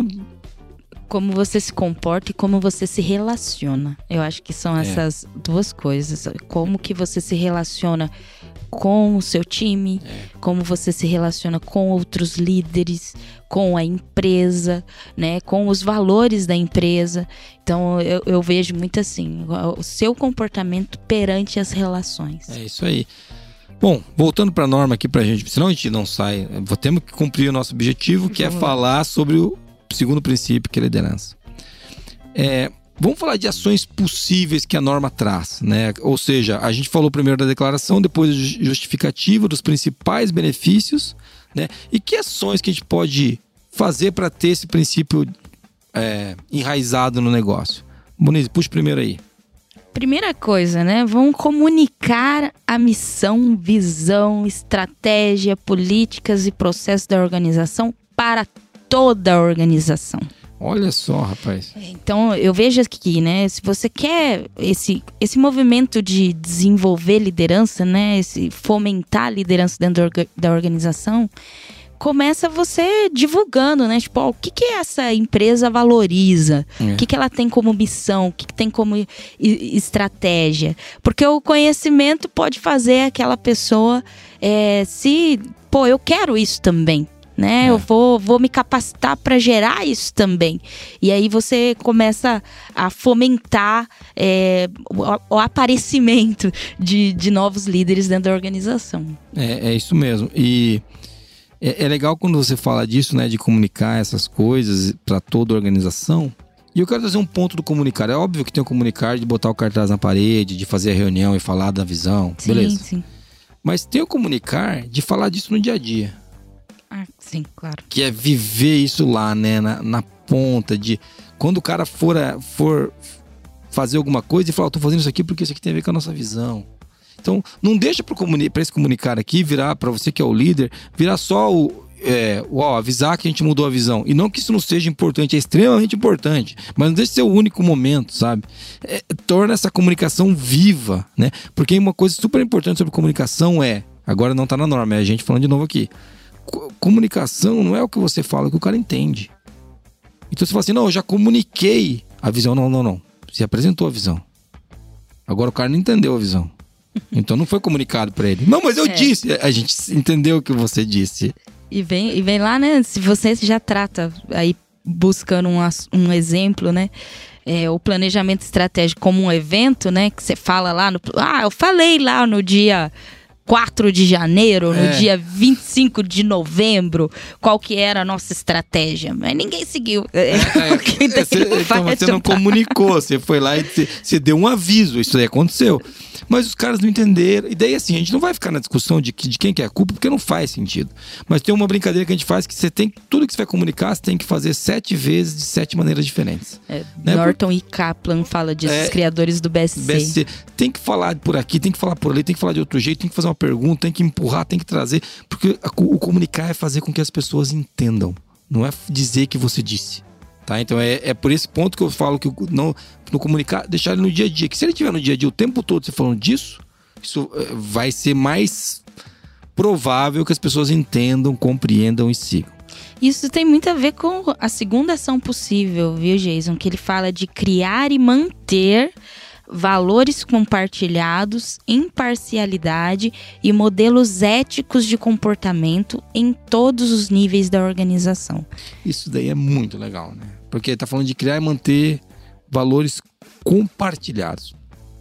Como você se comporta e como você se relaciona. Eu acho que são essas é. duas coisas. Como que você se relaciona com o seu time, é. como você se relaciona com outros líderes, com a empresa, né, com os valores da empresa. Então eu, eu vejo muito assim, o seu comportamento perante as relações. É isso aí. Bom, voltando para a norma aqui pra gente, senão a gente não sai, temos que cumprir o nosso objetivo, que Vamos é falar sobre o segundo princípio, que é a liderança. É, vamos falar de ações possíveis que a norma traz, né? Ou seja, a gente falou primeiro da declaração, depois da justificativa dos principais benefícios, né? E que ações que a gente pode fazer para ter esse princípio é, enraizado no negócio? Moniz, puxa primeiro aí. Primeira coisa, né? Vão comunicar a missão, visão, estratégia, políticas e processos da organização para toda a organização. Olha só, rapaz. Então, eu vejo aqui, né? Se você quer esse, esse movimento de desenvolver liderança, né? Esse fomentar a liderança dentro da organização, começa você divulgando, né? Tipo, ó, o que, que essa empresa valoriza? É. O que, que ela tem como missão? O que, que tem como estratégia? Porque o conhecimento pode fazer aquela pessoa é, se... Pô, eu quero isso também. Né? É. Eu vou, vou me capacitar para gerar isso também. E aí você começa a fomentar é, o, o aparecimento de, de novos líderes dentro da organização. É, é isso mesmo. E é, é legal quando você fala disso, né? De comunicar essas coisas para toda a organização. E eu quero trazer um ponto do comunicar. É óbvio que tem o comunicar de botar o cartaz na parede, de fazer a reunião e falar da visão. Sim, beleza. Sim. Mas tem o comunicar de falar disso no dia a dia. Ah, sim, claro. Que é viver isso lá, né? Na, na ponta de... Quando o cara for, for fazer alguma coisa e falar, eu tô fazendo isso aqui porque isso aqui tem a ver com a nossa visão. Então, não deixa para comuni- esse comunicar aqui virar, para você que é o líder, virar só o... É, ó, avisar que a gente mudou a visão. E não que isso não seja importante, é extremamente importante. Mas não deixa ser o único momento, sabe? É, torna essa comunicação viva, né? Porque uma coisa super importante sobre comunicação é... Agora não tá na norma, é a gente falando de novo aqui. Comunicação não é o que você fala, é o que o cara entende. Então você fala assim, não, eu já comuniquei a visão. Não, não, não. Você apresentou a visão. Agora o cara não entendeu a visão. Então não foi comunicado pra ele. Não, mas eu é. disse. A gente entendeu o que você disse. E vem, e vem lá, né? Se você já trata aí buscando um, um exemplo, né? É, o planejamento estratégico como um evento, né? Que você fala lá no... Ah, eu falei lá no dia... quatro de janeiro, no é. dia vinte e cinco de novembro, qual que era a nossa estratégia. Mas ninguém seguiu. É, é, é, você, então você não comunicou, você foi lá e você, você deu um aviso, isso aí aconteceu. Mas os caras não entenderam. E daí assim, a gente não vai ficar na discussão de, de quem que é a culpa, porque não faz sentido. Mas tem uma brincadeira que a gente faz que você tem, tudo que você vai comunicar, você tem que fazer sete vezes de sete maneiras diferentes. É, né? Norton por... e Kaplan fala disso, é, os criadores do B S C. B S C. Tem que falar por aqui, tem que falar por ali, tem que falar de outro jeito, tem que fazer uma pergunta, tem que empurrar, tem que trazer. Porque a, o comunicar é fazer com que as pessoas entendam. Não é dizer que você disse. Tá? Então é, é por esse ponto que eu falo que não, no comunicar, deixar ele no dia a dia. Que se ele estiver no dia a dia o tempo todo você falando disso, isso vai ser mais provável que as pessoas entendam, compreendam e sigam. Isso tem muito a ver com a segunda ação possível, viu, Jason? Que ele fala de criar e manter valores compartilhados, imparcialidade e modelos éticos de comportamento em todos os níveis da organização. Isso daí é muito legal, né? Porque ele tá falando de criar e manter valores compartilhados.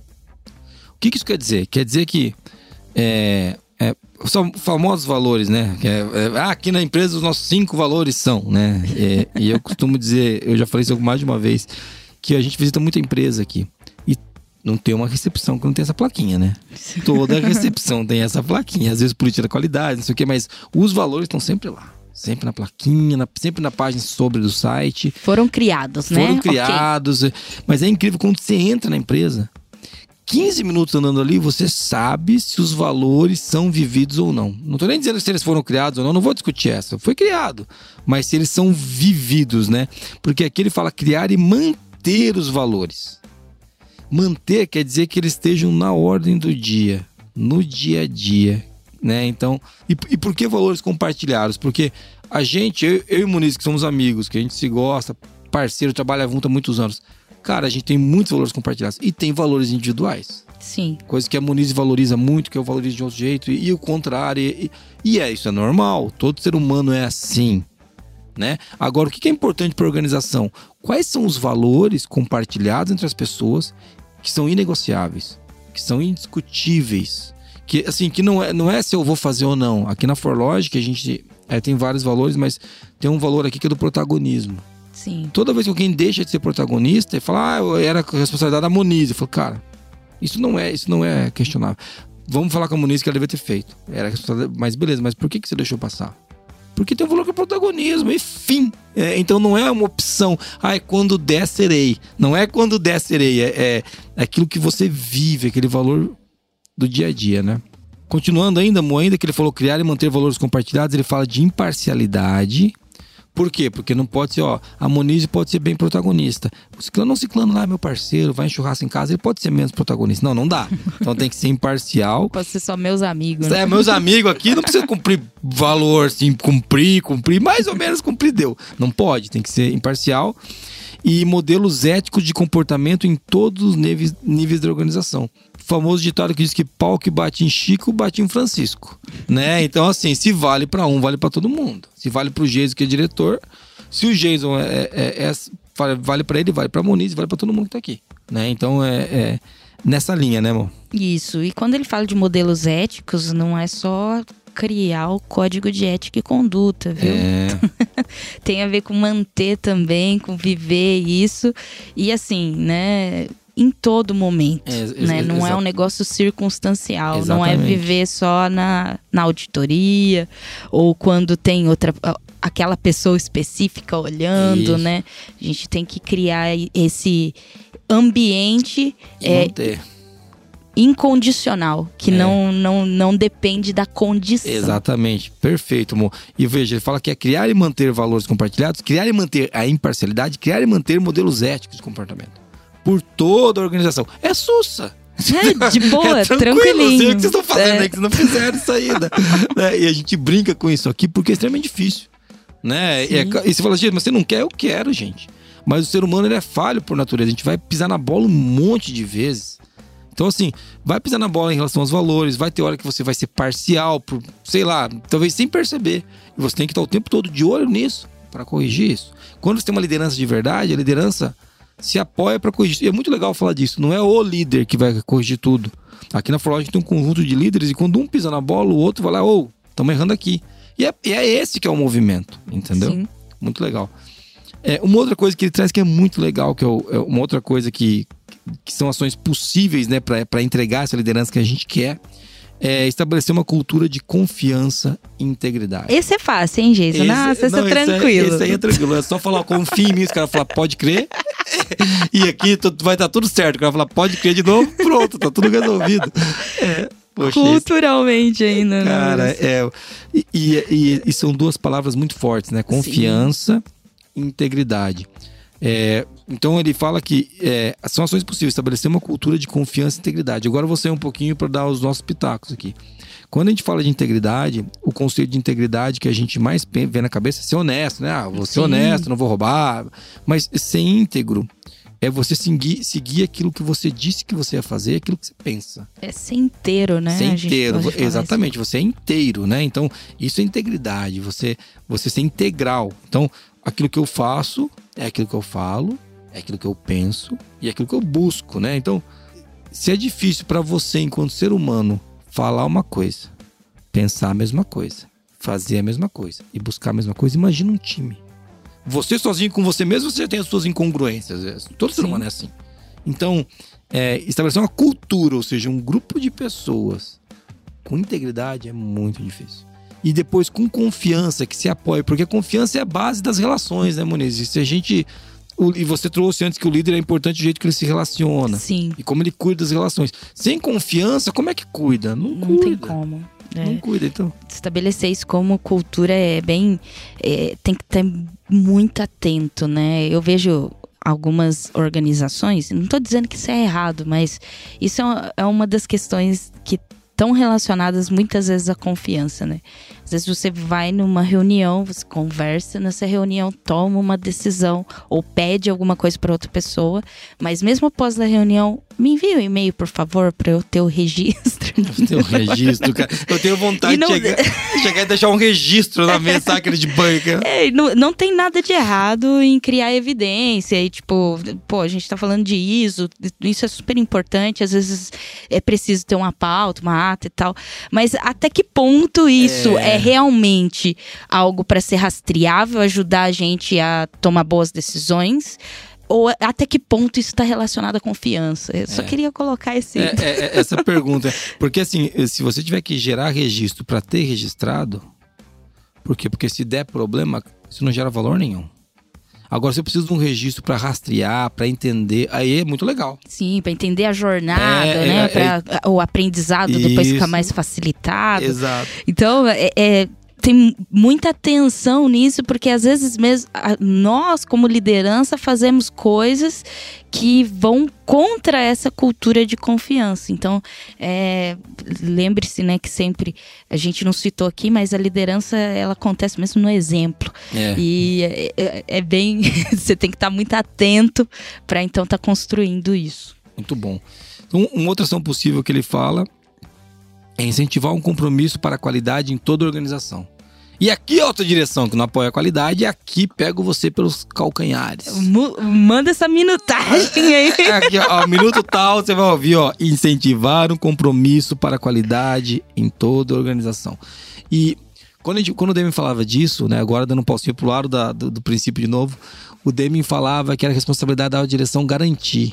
O que, que isso quer dizer? Quer dizer que é, é, são famosos valores, né? É, é, ah, aqui na empresa os nossos cinco valores são, né? É, e eu costumo dizer, eu já falei isso mais de uma vez, que a gente visita muita empresa aqui. Não tem uma recepção que não tem essa plaquinha, né? Toda recepção tem essa plaquinha. Às vezes política da qualidade, não sei o quê, mas os valores estão sempre lá. Sempre na plaquinha, na, sempre na página sobre do site. Foram criados, né? Foram criados. Okay. Mas é incrível quando você entra na empresa, quinze minutos andando ali, você sabe se os valores são vividos ou não. Não estou nem dizendo se eles foram criados ou não, não vou discutir essa. Foi criado. Mas se eles são vividos, né? Porque aqui ele fala criar e manter os valores. Manter quer dizer que eles estejam na ordem do dia, no dia a dia. Né? Então, e, e por que valores compartilhados? Porque a gente, eu, eu e o Muniz, que somos amigos, que a gente se gosta, parceiro, trabalha junto há muitos anos. Cara, a gente tem muitos valores compartilhados e tem valores individuais. Sim. Coisa que a Muniz valoriza muito, que eu valorizo de outro jeito, e, e o contrário. E, e é, isso é normal. Todo ser humano é assim. Né? Agora, o que é importante para a organização? Quais são os valores compartilhados entre as pessoas que são inegociáveis, que são indiscutíveis? Que, assim, que não é, não é se eu vou fazer ou não. Aqui na ForLogic a gente é, tem vários valores, mas tem um valor aqui que é do protagonismo. Sim. Toda vez que alguém deixa de ser protagonista e fala, ah, eu era a responsabilidade da Moniz, eu falo, cara, isso não é, isso não é questionável. Vamos falar com a Moniz que ela devia ter feito. Era a responsabilidade, mas beleza, mas por que, que você deixou passar? Porque tem um valor que é protagonismo, e fim. É, então não é uma opção, ah, é quando der serei. Não é quando der serei, é, é, é aquilo que você vive, aquele valor do dia a dia, né? Continuando ainda, ainda que ele falou criar e manter valores compartilhados, ele fala de imparcialidade. Por quê? Porque não pode ser, ó, a Moniz pode ser bem protagonista. O ciclano não ciclano lá, meu parceiro, vai em churrasco em casa, ele pode ser menos protagonista. Não, não dá. Então tem que ser imparcial. Pode ser só meus amigos. Né? É, meus amigos aqui não precisa cumprir valor, assim, cumprir, cumprir, mais ou menos cumprir deu. Não pode, tem que ser imparcial. E modelos éticos de comportamento em todos os níveis, níveis da organização. O famoso ditado que diz que pau que bate em Chico, bate em Francisco, né? Então, assim, se vale para um, vale para todo mundo. Se vale para o Jason, que é diretor, se o Jason é, é, é, vale para ele, vale para a Moniz, vale para todo mundo que tá aqui, né? Então, é, é nessa linha, né, amor? Isso. E quando ele fala de modelos éticos, não é só criar o código de ética e conduta, viu? É. Tem a ver com manter também, com viver isso. E assim, né, em todo momento, é, né? Não é um negócio circunstancial. Exatamente. Não é viver só na, na auditoria ou quando tem outra, aquela pessoa específica olhando, isso. Né? A gente tem que criar esse ambiente e é, manter. Incondicional, que é. não, não, não depende da condição. Exatamente, perfeito, amor. E veja, ele fala que é criar e manter valores compartilhados, criar e manter a imparcialidade, criar e manter modelos éticos de comportamento. Por toda a organização. É sussa! É, de boa, é tranquilinho. Não sei o que vocês estão fazendo é. aí, que vocês não fizeram isso ainda. Né? E a gente brinca com isso aqui porque é extremamente difícil. Né? E, é, e você fala, gente, mas você não quer? Eu quero, gente. Mas o ser humano ele é falho por natureza. A gente vai pisar na bola um monte de vezes. Então, assim, vai pisar na bola em relação aos valores, vai ter hora que você vai ser parcial, por, sei lá, talvez sem perceber. E você tem que estar o tempo todo de olho nisso, para corrigir isso. Quando você tem uma liderança de verdade, a liderança se apoia para corrigir. E é muito legal falar disso, não é o líder que vai corrigir tudo. Aqui na ForLogic tem um conjunto de líderes e quando um pisa na bola, o outro vai lá, ô, oh, estamos errando aqui. E é, e é esse que é o movimento, entendeu? Sim. Muito legal. É, uma outra coisa que ele traz que é muito legal, que é, o, é uma outra coisa que... que são ações possíveis, né, para entregar essa liderança que a gente quer, é estabelecer uma cultura de confiança e integridade. Esse é fácil, hein, Jason? Nossa, esse é tranquilo. Esse aí é tranquilo. É só falar, confia em mim, os caras falar, pode crer. E aqui vai estar tudo certo. O cara falar, pode crer de novo, pronto, tá tudo resolvido. É, poxa, culturalmente esse... ainda. Cara, é... E, e, e são duas palavras muito fortes, né? Confiança e integridade. É, então ele fala que é, são ações possíveis, estabelecer uma cultura de confiança e integridade. Agora eu vou sair um pouquinho para dar os nossos pitacos aqui. Quando a gente fala de integridade, o conceito de integridade que a gente mais vê na cabeça é ser honesto, né? Ah, vou ser Sim. honesto, não vou roubar. Mas ser íntegro é você seguir, seguir aquilo que você disse que você ia fazer, aquilo que você pensa. É ser inteiro, né? Ser inteiro, exatamente. Assim. Você é inteiro, né? Então, isso é integridade, você, você ser integral. Então, aquilo que eu faço é aquilo que eu falo, é aquilo que eu penso e é aquilo que eu busco, né? Então, se é difícil para você, enquanto ser humano, falar uma coisa, pensar a mesma coisa, fazer a mesma coisa e buscar a mesma coisa, imagina um time. Você sozinho com você mesmo, você já tem as suas incongruências. Todo ser humano é assim. Então, é, estabelecer uma cultura, ou seja, um grupo de pessoas com integridade é muito difícil. e depois com confiança, que se apoie. Porque a confiança é a base das relações, né, Moniz? E se a gente... O, e você trouxe antes que o líder é importante o jeito que ele se relaciona. Sim. E como ele cuida das relações. Sem confiança, como é que cuida? Não, Não cuida. tem como. É. Não cuida, então. Estabelecer isso como cultura é bem... É, tem que estar muito atento, né? Eu vejo algumas organizações, não estou dizendo que isso é errado, mas isso é uma das questões que estão relacionadas muitas vezes à confiança, né? Às vezes você vai numa reunião, você conversa, nessa reunião toma uma decisão ou pede alguma coisa para outra pessoa, mas mesmo após a reunião, me envia um e-mail, por favor, para eu ter o registro. Eu tenho um registro, cara. Eu tenho vontade não... de chegar, chegar e deixar um registro na mesa, aquele de banca. É, não, não tem nada de errado em criar evidência e tipo, pô, a gente tá falando de I S O, isso é super importante, às vezes é preciso ter uma pauta, uma ata e tal, mas até que ponto isso é, é realmente algo para ser rastreável, ajudar a gente a tomar boas decisões? Ou até que ponto isso está relacionado à confiança? Eu só é. queria colocar esse... É, é, essa pergunta. Porque assim, se você tiver que gerar registro para ter registrado... Por quê? Porque se der problema, isso não gera valor nenhum. Agora, se eu preciso de um registro para rastrear, para entender, aí é muito legal. Sim, para entender a jornada, é, né? É, pra, é, o aprendizado isso. Depois fica mais facilitado. Exato. Então, é... é tem muita atenção nisso, porque às vezes mesmo nós, como liderança, fazemos coisas que vão contra essa cultura de confiança. Então, é, lembre-se, né, que sempre, a gente não citou aqui, mas a liderança, ela acontece mesmo no exemplo. É. E é, é bem, você tem que estar muito atento para então estar construindo isso. Muito bom. Então, uma outra ação possível que ele fala é incentivar um compromisso para a qualidade em toda a organização. E aqui é outra direção que não apoia a qualidade, e aqui pego você pelos calcanhares. M- manda essa minutagem aí. Aqui, ó, minuto tal, você vai ouvir, ó, incentivar um compromisso para a qualidade em toda a organização. E quando, a gente, quando o Deming falava disso, né, agora dando um pauzinho pro lado da, do, do princípio de novo, o Deming falava que era a responsabilidade da direção garantir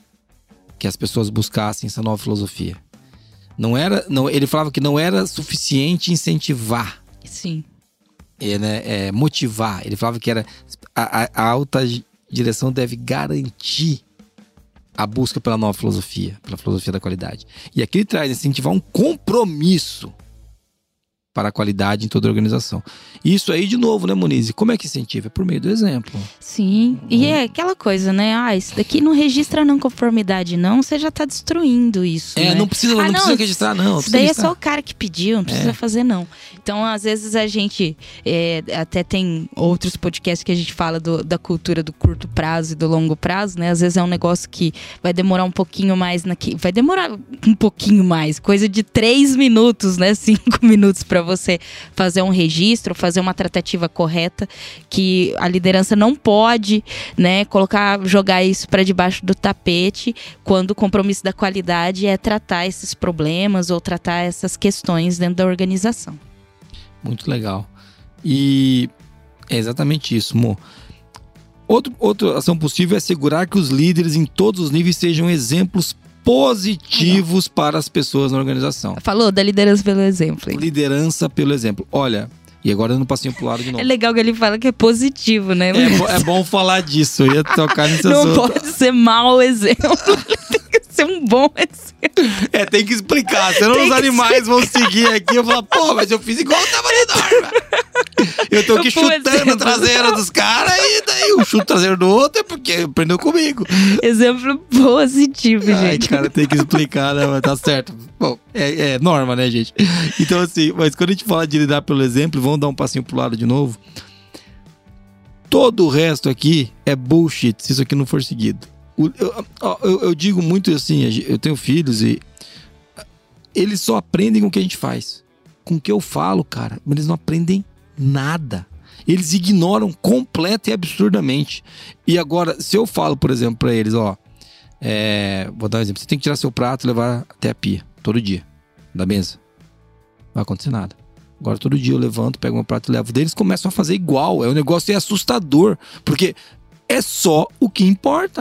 que as pessoas buscassem essa nova filosofia. Não era, não, ele falava que não era suficiente incentivar. Sim. É, né, é, motivar. Ele falava que era a, a alta direção deve garantir a busca pela nova filosofia, pela filosofia da qualidade. E aqui ele traz incentivar um compromisso para a qualidade em toda a organização. Isso aí, de novo, né, Moniz? Como é que incentiva? É por meio do exemplo. Sim, uhum. E é aquela coisa, né? Ah, isso daqui não registra não conformidade, não. Você já tá destruindo isso, É, né? não precisa, ah, não não, precisa registrar, não. Isso daí registrar. É só o cara que pediu, não precisa é. fazer, não. Então, às vezes, a gente... É, até tem outros podcasts que a gente fala do, da cultura do curto prazo e do longo prazo, né? Às vezes é um negócio que vai demorar um pouquinho mais... Naqui, vai demorar um pouquinho mais. Coisa de três minutos, né? Cinco minutos pra você fazer um registro, fazer uma tratativa correta, que a liderança não pode, né, colocar, jogar isso para debaixo do tapete, quando o compromisso da qualidade é tratar esses problemas ou tratar essas questões dentro da organização. Muito legal. E é exatamente isso, Mo. Outro, outra ação possível é assegurar que os líderes em todos os níveis sejam exemplos positivos para as pessoas na organização. Falou da liderança pelo exemplo. Hein? Liderança pelo exemplo. Olha, e agora dando um passinho pro lado de novo. É legal que ele fala que é positivo, né? É, bo- é bom falar disso. Eu ia tocar nesse Não assunto. pode ser mau exemplo. Tem que ser um bom exemplo. É, tem que explicar. Senão Tem os que animais vão seguir aqui. Eu falo, pô, mas eu fiz igual o tava na norma. Eu tô aqui Bom chutando exemplo. a traseira dos caras e daí o chute traseiro do outro é porque aprendeu comigo. Exemplo positivo, Ai, gente. cara, tem que explicar, né? Mas tá certo. Bom, é, é norma, né, gente? Então, assim, mas quando a gente fala de lidar pelo exemplo, vamos dar um passinho pro lado de novo. Todo o resto aqui é bullshit, se isso aqui não for seguido. O, eu, eu, eu digo muito assim, eu tenho filhos e eles só aprendem com o que a gente faz. Com o que eu falo, cara, mas eles não aprendem nada. Eles ignoram completa e absurdamente. E agora, se eu falo, por exemplo, pra eles, ó, é, vou dar um exemplo, você tem que tirar seu prato e levar até a pia, todo dia, da mesa. Não vai acontecer nada. Agora, todo dia eu levanto, pego meu prato e levo. Daí eles começam a fazer igual. É um negócio é assustador, porque é só o que importa.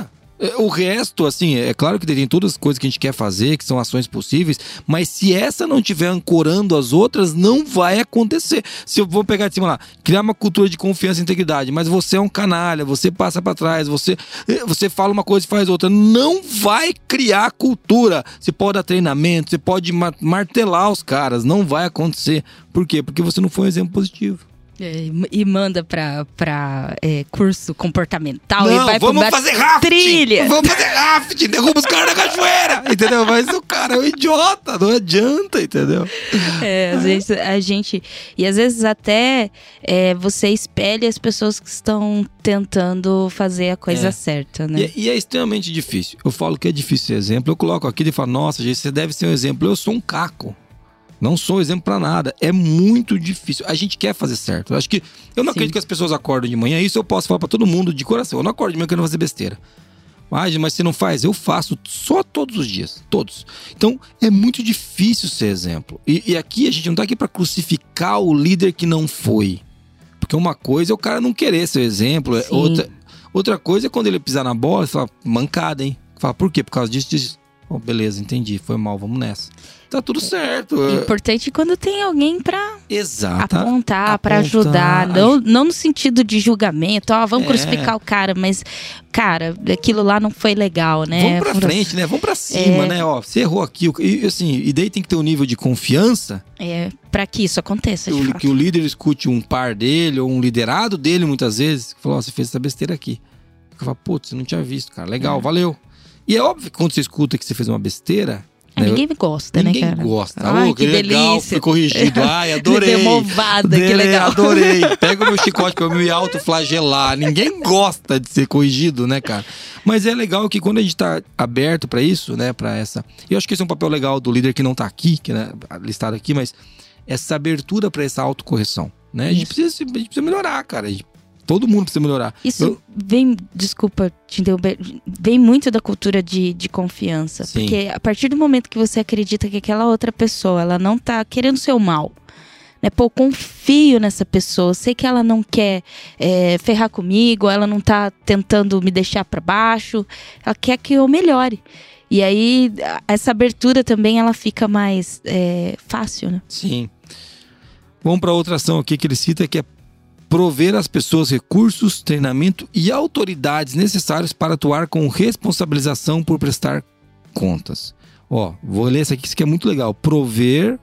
O resto, assim, é claro que tem todas as coisas que a gente quer fazer, que são ações possíveis, mas se essa não estiver ancorando as outras, não vai acontecer. Se eu vou pegar de cima lá, criar uma cultura de confiança e integridade, mas você é um canalha, você passa pra trás, você, você fala uma coisa e faz outra, não vai criar cultura. Você pode dar treinamento, você pode martelar os caras, não vai acontecer. Por quê? Porque você não foi um exemplo positivo. É, e manda pra, pra é, curso comportamental não, e vai vamos pra fazer rafting, trilha. Vamos fazer rafting, derruba os caras da cachoeira, entendeu? Mas o cara é um idiota, não adianta, entendeu? É, às vezes a gente... E às vezes até é, você espelha as pessoas que estão tentando fazer a coisa é. certa, né? E, e é extremamente difícil. Eu falo que é difícil ser exemplo, eu coloco aqui e falo, nossa, gente, você deve ser um exemplo. Eu sou um caco. Não sou exemplo pra nada. É muito difícil. A gente quer fazer certo. Eu acho que... Eu não Sim. acredito que as pessoas acordam de manhã. Isso eu posso falar pra todo mundo de coração. Eu não acordo de manhã querendo fazer besteira. Mas, mas você não faz? Eu faço só todos os dias. Todos. Então, é muito difícil ser exemplo. E, e aqui, a gente não tá aqui pra crucificar o líder que não foi. Porque uma coisa é o cara não querer ser exemplo. Outra, outra coisa é quando ele pisar na bola e falar, mancada, hein? Fala, por quê? Por causa disso, disso. Oh, beleza, entendi. Foi mal, vamos nessa. Tá tudo certo. É importante quando tem alguém pra Exato. apontar, pra ajudar. Não, não no sentido de julgamento, ó, vamos É. crucificar o cara, mas, cara, aquilo lá não foi legal, né? Vamos pra Vamos- frente, né? Vamos pra cima, É. né? Ó, você errou aqui. E, assim, e daí tem que ter um nível de confiança É, pra que isso aconteça, que de o, fato. que o líder escute um par dele ou um liderado dele, muitas vezes, que falou, ó, você fez essa besteira aqui. Eu falo, putz, você não tinha visto, cara. Legal, É. valeu. E é óbvio que quando você escuta que você fez uma besteira... É, né, ninguém gosta, Ninguém né, cara? gosta. Ai, Oh, que legal, delícia. fui corrigido. Ai, adorei. Demovada, que Dele, legal. Adorei. Pega o meu chicote pra eu me autoflagelar. Ninguém gosta de ser corrigido, né, cara? Mas é legal que quando a gente tá aberto pra isso, né, pra essa... Eu acho que esse é um papel legal do líder que não tá aqui, que né, listado aqui, mas essa abertura pra essa autocorreção, né? A gente, Isso. precisa, a gente precisa melhorar, cara. A gente- todo mundo precisa melhorar. Isso Eu- vem, desculpa te interromper, vem muito da cultura de, de confiança. Sim. Porque a partir do momento que você acredita que aquela outra pessoa, ela não tá querendo o seu mal, né? Pô, eu confio nessa pessoa, sei que ela não quer é, ferrar comigo, ela não tá tentando me deixar pra baixo, ela quer que eu melhore. E aí, a- essa abertura também, ela fica mais é, fácil, né? Sim. Vamos para outra ação aqui que ele cita, que é prover às pessoas recursos, treinamento e autoridades necessários para atuar com responsabilização por prestar contas. Ó, vou ler essa aqui, isso aqui é muito legal. Prover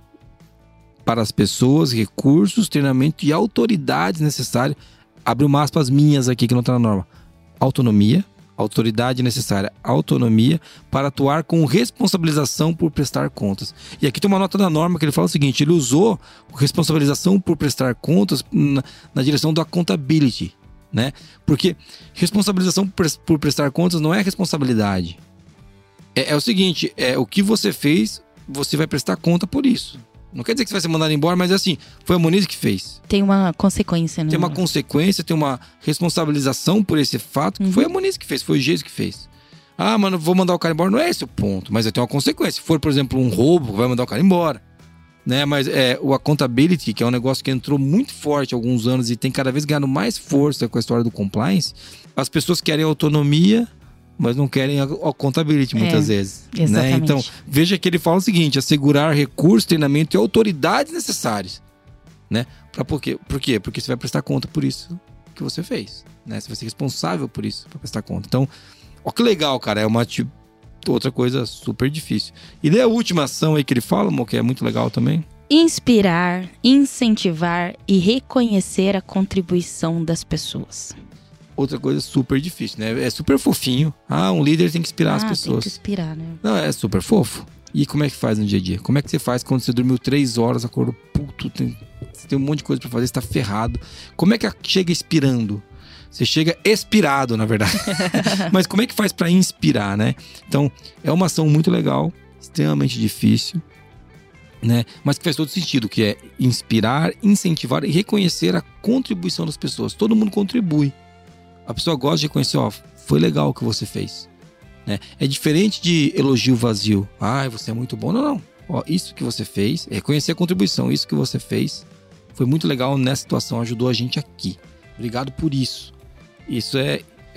para as pessoas recursos, treinamento e autoridades necessárias. Abre uma aspas minhas aqui que não está na norma. Autonomia, autoridade necessária, autonomia para atuar com responsabilização por prestar contas. E aqui tem uma nota da norma que ele fala o seguinte, ele usou responsabilização por prestar contas na, na direção da accountability, né? Porque responsabilização por, por prestar contas não é responsabilidade. É, é o seguinte, é o que você fez, você vai prestar conta por isso. Não quer dizer que você vai ser mandado embora, mas é assim, foi a Moniz que fez. Tem uma consequência, né? Tem uma consequência, tem uma responsabilização por esse fato, que Uhum. foi a Moniz que fez, foi o Geis que fez. Ah, mano, vou mandar o cara embora, não é esse o ponto, mas tem uma consequência. Se for, por exemplo, um roubo, vai mandar o cara embora. Né? Mas é, o accountability, que é um negócio que entrou muito forte há alguns anos e tem cada vez ganhado mais força com a história do compliance, as pessoas querem autonomia, mas não querem a accountability muitas É, vezes. Né? exatamente. Então, veja que ele fala o seguinte, assegurar recursos, treinamento e autoridades necessárias. Né? Pra por quê? Por quê? Porque você vai prestar conta por isso que você fez. Né? Você vai ser responsável por isso, para prestar conta. Então, ó que legal, cara. É uma tipo, outra coisa super difícil. E daí a última ação aí que ele fala, amor, que é muito legal também. Inspirar, incentivar e reconhecer a contribuição das pessoas. Outra coisa super difícil, né? É super fofinho. Ah, um líder tem que inspirar as ah, pessoas. tem que inspirar, né? Não, é super fofo. E como é que faz no dia a dia? Como é que você faz quando você dormiu três horas, acordou puto, tem, você tem um monte de coisa pra fazer, você tá ferrado. Como é que chega inspirando? Você chega expirado, na verdade. Mas como é que faz pra inspirar, né? Então, é uma ação muito legal, extremamente difícil, né? Mas que faz todo sentido, que é inspirar, incentivar e reconhecer a contribuição das pessoas. Todo mundo contribui. A pessoa gosta de reconhecer, ó, foi legal o que você fez. Né? É diferente de elogio vazio. Ah, você é muito bom. Não, não. Ó, isso que você fez, é reconhecer a contribuição. Isso que você fez foi muito legal nessa situação, ajudou a gente aqui. Obrigado por isso. Isso é,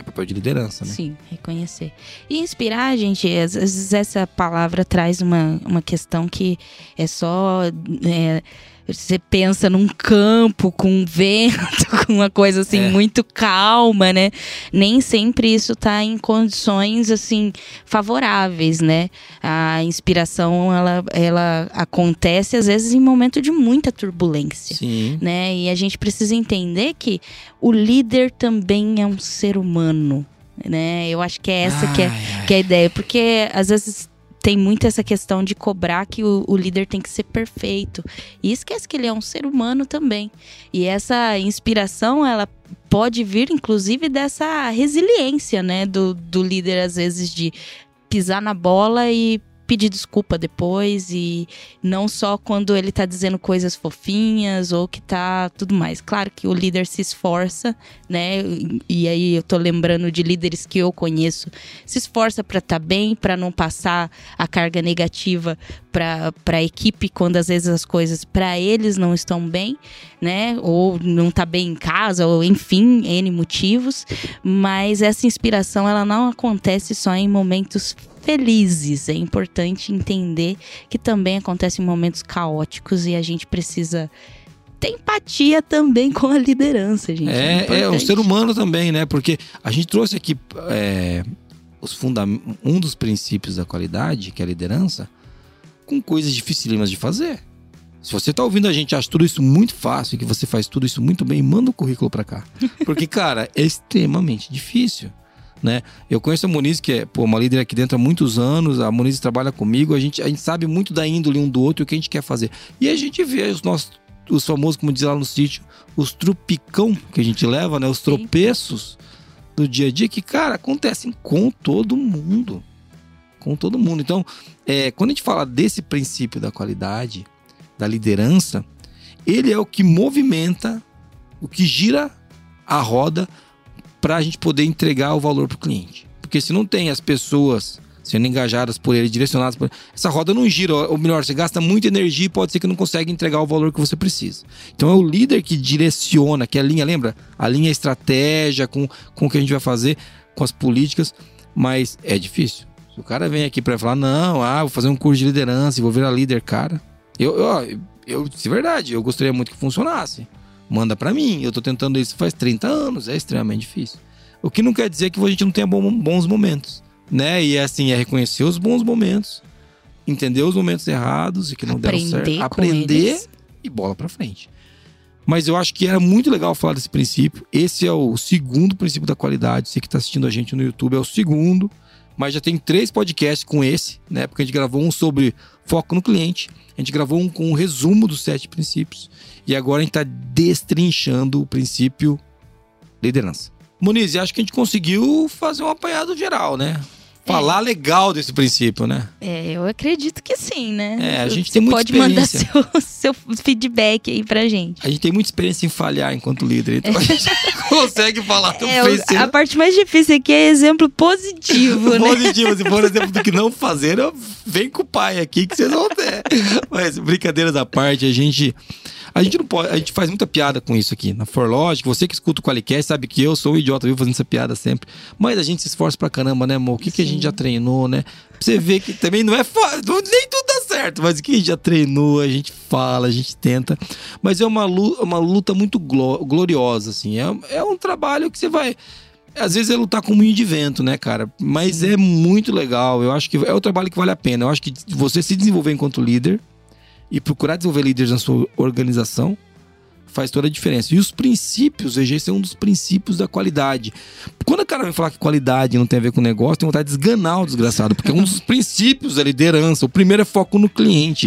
É papel de liderança, né? Sim, reconhecer. E inspirar, gente, às vezes essa palavra traz uma, uma questão que é só... É, você pensa num campo com vento, com uma coisa assim, é. muito calma, né? Nem sempre isso tá em condições, assim, favoráveis, né? A inspiração, ela, ela acontece, às vezes, em momento de muita turbulência. Sim. Né? E a gente precisa entender que o líder também é um ser humano, né? Eu acho que é essa ai, que, é, ai. que é a ideia. Porque, às vezes... tem muito essa questão de cobrar que o, o líder tem que ser perfeito. E esquece que ele é um ser humano também. E essa inspiração, ela pode vir, inclusive, dessa resiliência, né? Do, do líder, às vezes, de pisar na bola e pedir desculpa depois. E não só quando ele tá dizendo coisas fofinhas ou que tá tudo mais. Claro que o líder se esforça, né? E aí eu tô lembrando de líderes que eu conheço. Se esforça pra tá bem, pra não passar a carga negativa pra, pra equipe quando às vezes as coisas pra eles não estão bem, né? Ou não tá bem em casa, ou enfim, N motivos. Mas essa inspiração, ela não acontece só em momentos felizes. É importante entender que também acontece em momentos caóticos e a gente precisa ter empatia também com a liderança, gente. É, é, é um ser humano também, né? Porque a gente trouxe aqui é, os funda- um dos princípios da qualidade, que é a liderança, com coisas dificílimas de fazer. Se você tá ouvindo a gente, acha tudo isso muito fácil, que você faz tudo isso muito bem, manda o currículo pra cá. Porque, cara, é extremamente difícil. Né? Eu conheço a Monize, que é pô, uma líder aqui dentro há muitos anos. A Monize trabalha comigo. A gente, a gente sabe muito da índole um do outro e o que a gente quer fazer. E a gente vê os nossos, os famosos, como diz lá no sítio, os trupicão que a gente leva, né? Os tropeços do dia a dia que, cara, acontecem com todo mundo. Com todo mundo. Então, é, quando a gente fala desse princípio da qualidade, da liderança, ele é o que movimenta, o que gira a roda para a gente poder entregar o valor para o cliente. Porque se não tem as pessoas sendo engajadas por ele, direcionadas por ele, essa roda não gira. Ou melhor, você gasta muita energia e pode ser que não consegue entregar o valor que você precisa. Então é o líder que direciona, que alinha, lembra? Alinha a estratégia com, com o que a gente vai fazer, com as políticas, mas é difícil. Se o cara vem aqui para falar, não, ah, vou fazer um curso de liderança e vou virar líder, cara, eu, eu, eu, de verdade, eu gostaria muito que funcionasse. Manda pra mim, eu tô tentando isso faz trinta anos, é extremamente difícil. O que não quer dizer que a gente não tenha bons momentos, né? E assim, é reconhecer os bons momentos, entender os momentos errados e que não deram certo, aprender e bola pra frente. Mas eu acho que era muito legal falar desse princípio. Esse é o segundo princípio da qualidade. Você que tá assistindo a gente no YouTube é o segundo, mas já tem três podcasts com esse, né? Porque a gente gravou um sobre foco no cliente, a gente gravou um com um resumo dos sete princípios. E agora a gente está destrinchando o princípio liderança. Monize, acho que a gente conseguiu fazer um apanhado geral, né? Falar é. legal desse princípio, né? É, eu acredito que sim, né? É, a gente Você tem muita pode experiência. mandar seu, seu feedback aí pra gente. A gente tem muita experiência em falhar enquanto líder, então a gente consegue falar tão é, bem. A parte mais difícil aqui é exemplo positivo, né? Positivo, se for exemplo do que não fazer, vem com o pai aqui que vocês vão ter. Mas brincadeiras à parte, a gente... A gente não pode, a gente faz muita piada com isso aqui na ForLogic. Você que escuta o Qualicast sabe que eu sou um idiota, viu, fazendo essa piada sempre. Mas a gente se esforça pra caramba, né, amor? O que, que a gente já treinou, né? Pra você ver que também não é fácil, nem tudo dá certo, mas o que a gente já treinou, a gente fala, a gente tenta. Mas é uma luta, uma luta muito gloriosa, assim. É, é um trabalho que você vai... Às vezes é lutar com um moinho de vento, né, cara? Mas Sim. é muito legal. Eu acho que é o trabalho que vale a pena. Eu acho que você se desenvolver enquanto líder e procurar desenvolver líderes na sua organização faz toda a diferença. E os princípios, veja, esse é um dos princípios da qualidade. Quando o cara vem falar que qualidade não tem a ver com negócio, tem vontade de esganar o desgraçado, porque é um dos princípios da liderança. O primeiro é foco no cliente.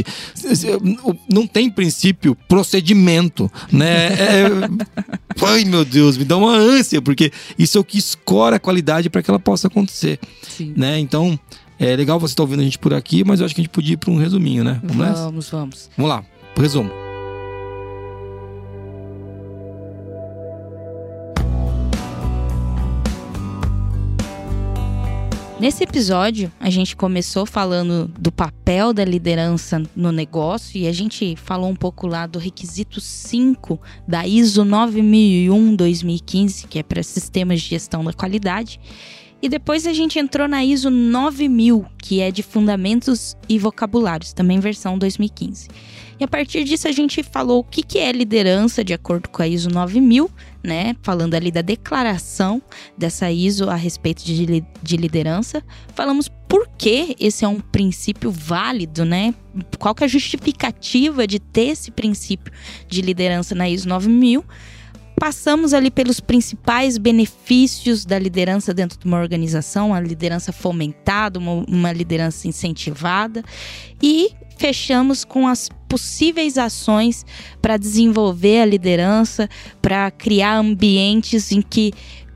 Não tem princípio procedimento, né? É... Ai, meu Deus, me dá uma ânsia, porque isso é o que escora a qualidade para que ela possa acontecer. Sim. Né? Então, é legal você estar ouvindo a gente por aqui, mas eu acho que a gente podia ir para um resuminho, né? Vamos, vamos, vamos. Vamos, vamos lá, pro resumo. Nesse episódio, a gente começou falando do papel da liderança no negócio e a gente falou um pouco lá do requisito cinco da I S O nove mil e um barra dois mil e quinze, que é para sistemas de gestão da qualidade. E depois a gente entrou na I S O nove mil, que é de fundamentos e vocabulários, também versão dois mil e quinze. E a partir disso a gente falou o que, que é liderança de acordo com a I S O nove mil, né? Falando ali da declaração dessa I S O a respeito de, de liderança. Falamos por que esse é um princípio válido, né? Qual que é a justificativa de ter esse princípio de liderança na I S O nove mil. Passamos ali pelos principais benefícios da liderança dentro de uma organização, uma liderança fomentada, uma, uma liderança incentivada. E fechamos com as possíveis ações para desenvolver a liderança, para criar ambientes em que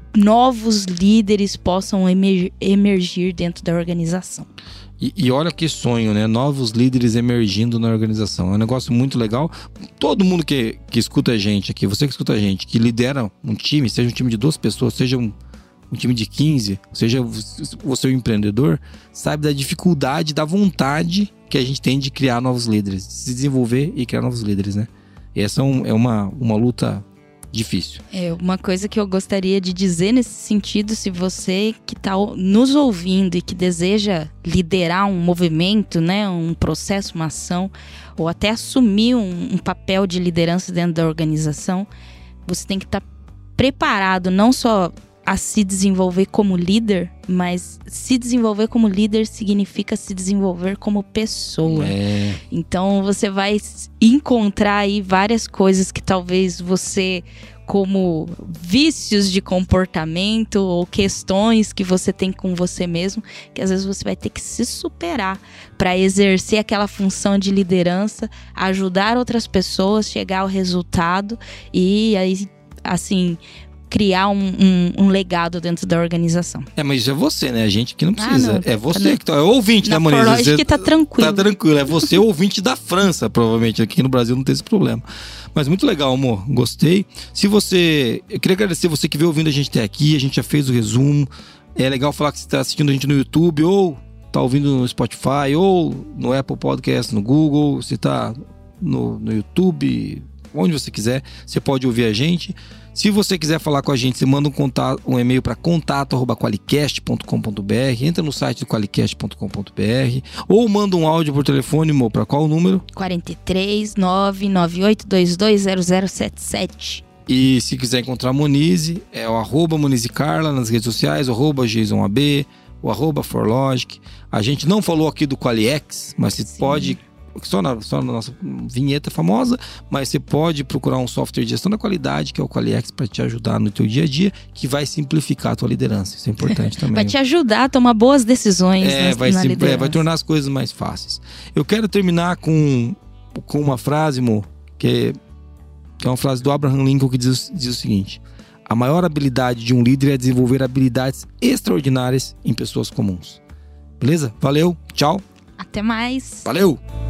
novos líderes possam emer- emergir dentro da organização. E, e olha que sonho, né? Novos líderes emergindo na organização. É um negócio muito legal. Todo mundo que, que escuta a gente aqui, você que escuta a gente, que lidera um time, seja um time de duas pessoas, seja um, um time de quinze, seja você um empreendedor, sabe da dificuldade, da vontade que a gente tem de criar novos líderes, de se desenvolver e criar novos líderes, né? E essa é, um, é uma, uma luta difícil. É, uma coisa que eu gostaria de dizer nesse sentido, se você que está nos ouvindo e que deseja liderar um movimento, né, um processo, uma ação, ou até assumir um, um papel de liderança dentro da organização, você tem que estar tá preparado não só a se desenvolver como líder, mas se desenvolver como líder significa se desenvolver como pessoa. É. Então você vai encontrar aí várias coisas que talvez você, como vícios de comportamento ou questões que você tem com você mesmo, que às vezes você vai ter que se superar para exercer aquela função de liderança, ajudar outras pessoas, chegar ao resultado e aí, assim, criar um, um, um legado dentro da organização. É, mas isso é você, né? A gente que não precisa. Ah, não. É você que tá, é ouvinte, na né, Moniz? Forlogic Você tá tranquilo. Tá tranquilo. É você ouvinte da França, provavelmente. Aqui no Brasil não tem esse problema. Mas muito legal, amor. Gostei. Se você... Eu queria agradecer você que veio ouvindo a gente até aqui. A gente já fez o resumo. É legal falar que você tá assistindo a gente no YouTube ou tá ouvindo no Spotify ou no Apple Podcast, no Google. Você tá no, no YouTube, onde você quiser. Você pode ouvir a gente. Se você quiser falar com a gente, você manda um, contato, um e-mail para contato arroba qualicast ponto com ponto b r, entra no site do qualicast ponto com ponto b r ou manda um áudio por telefone, Mo, para qual número? quarenta e três, nove nove oito dois dois zero zero sete sete. E se quiser encontrar a Monize, é o arroba Monize Carla nas redes sociais, o arroba Jason A B, o arroba Forlogic. A gente não falou aqui do Qualiex, mas você Sim. pode... Só na, só na nossa vinheta famosa, mas você pode procurar um software de gestão da qualidade, que é o Qualiex, para te ajudar no teu dia a dia, que vai simplificar a tua liderança. Isso é importante também. Vai te ajudar a tomar boas decisões é, na, vai, na sim, liderança. é, vai tornar as coisas mais fáceis. Eu quero terminar com, com uma frase, Mo, que é, que é uma frase do Abraham Lincoln, que diz, diz o seguinte: a maior habilidade de um líder é desenvolver habilidades extraordinárias em pessoas comuns. Beleza? Valeu, tchau. Até mais. Valeu!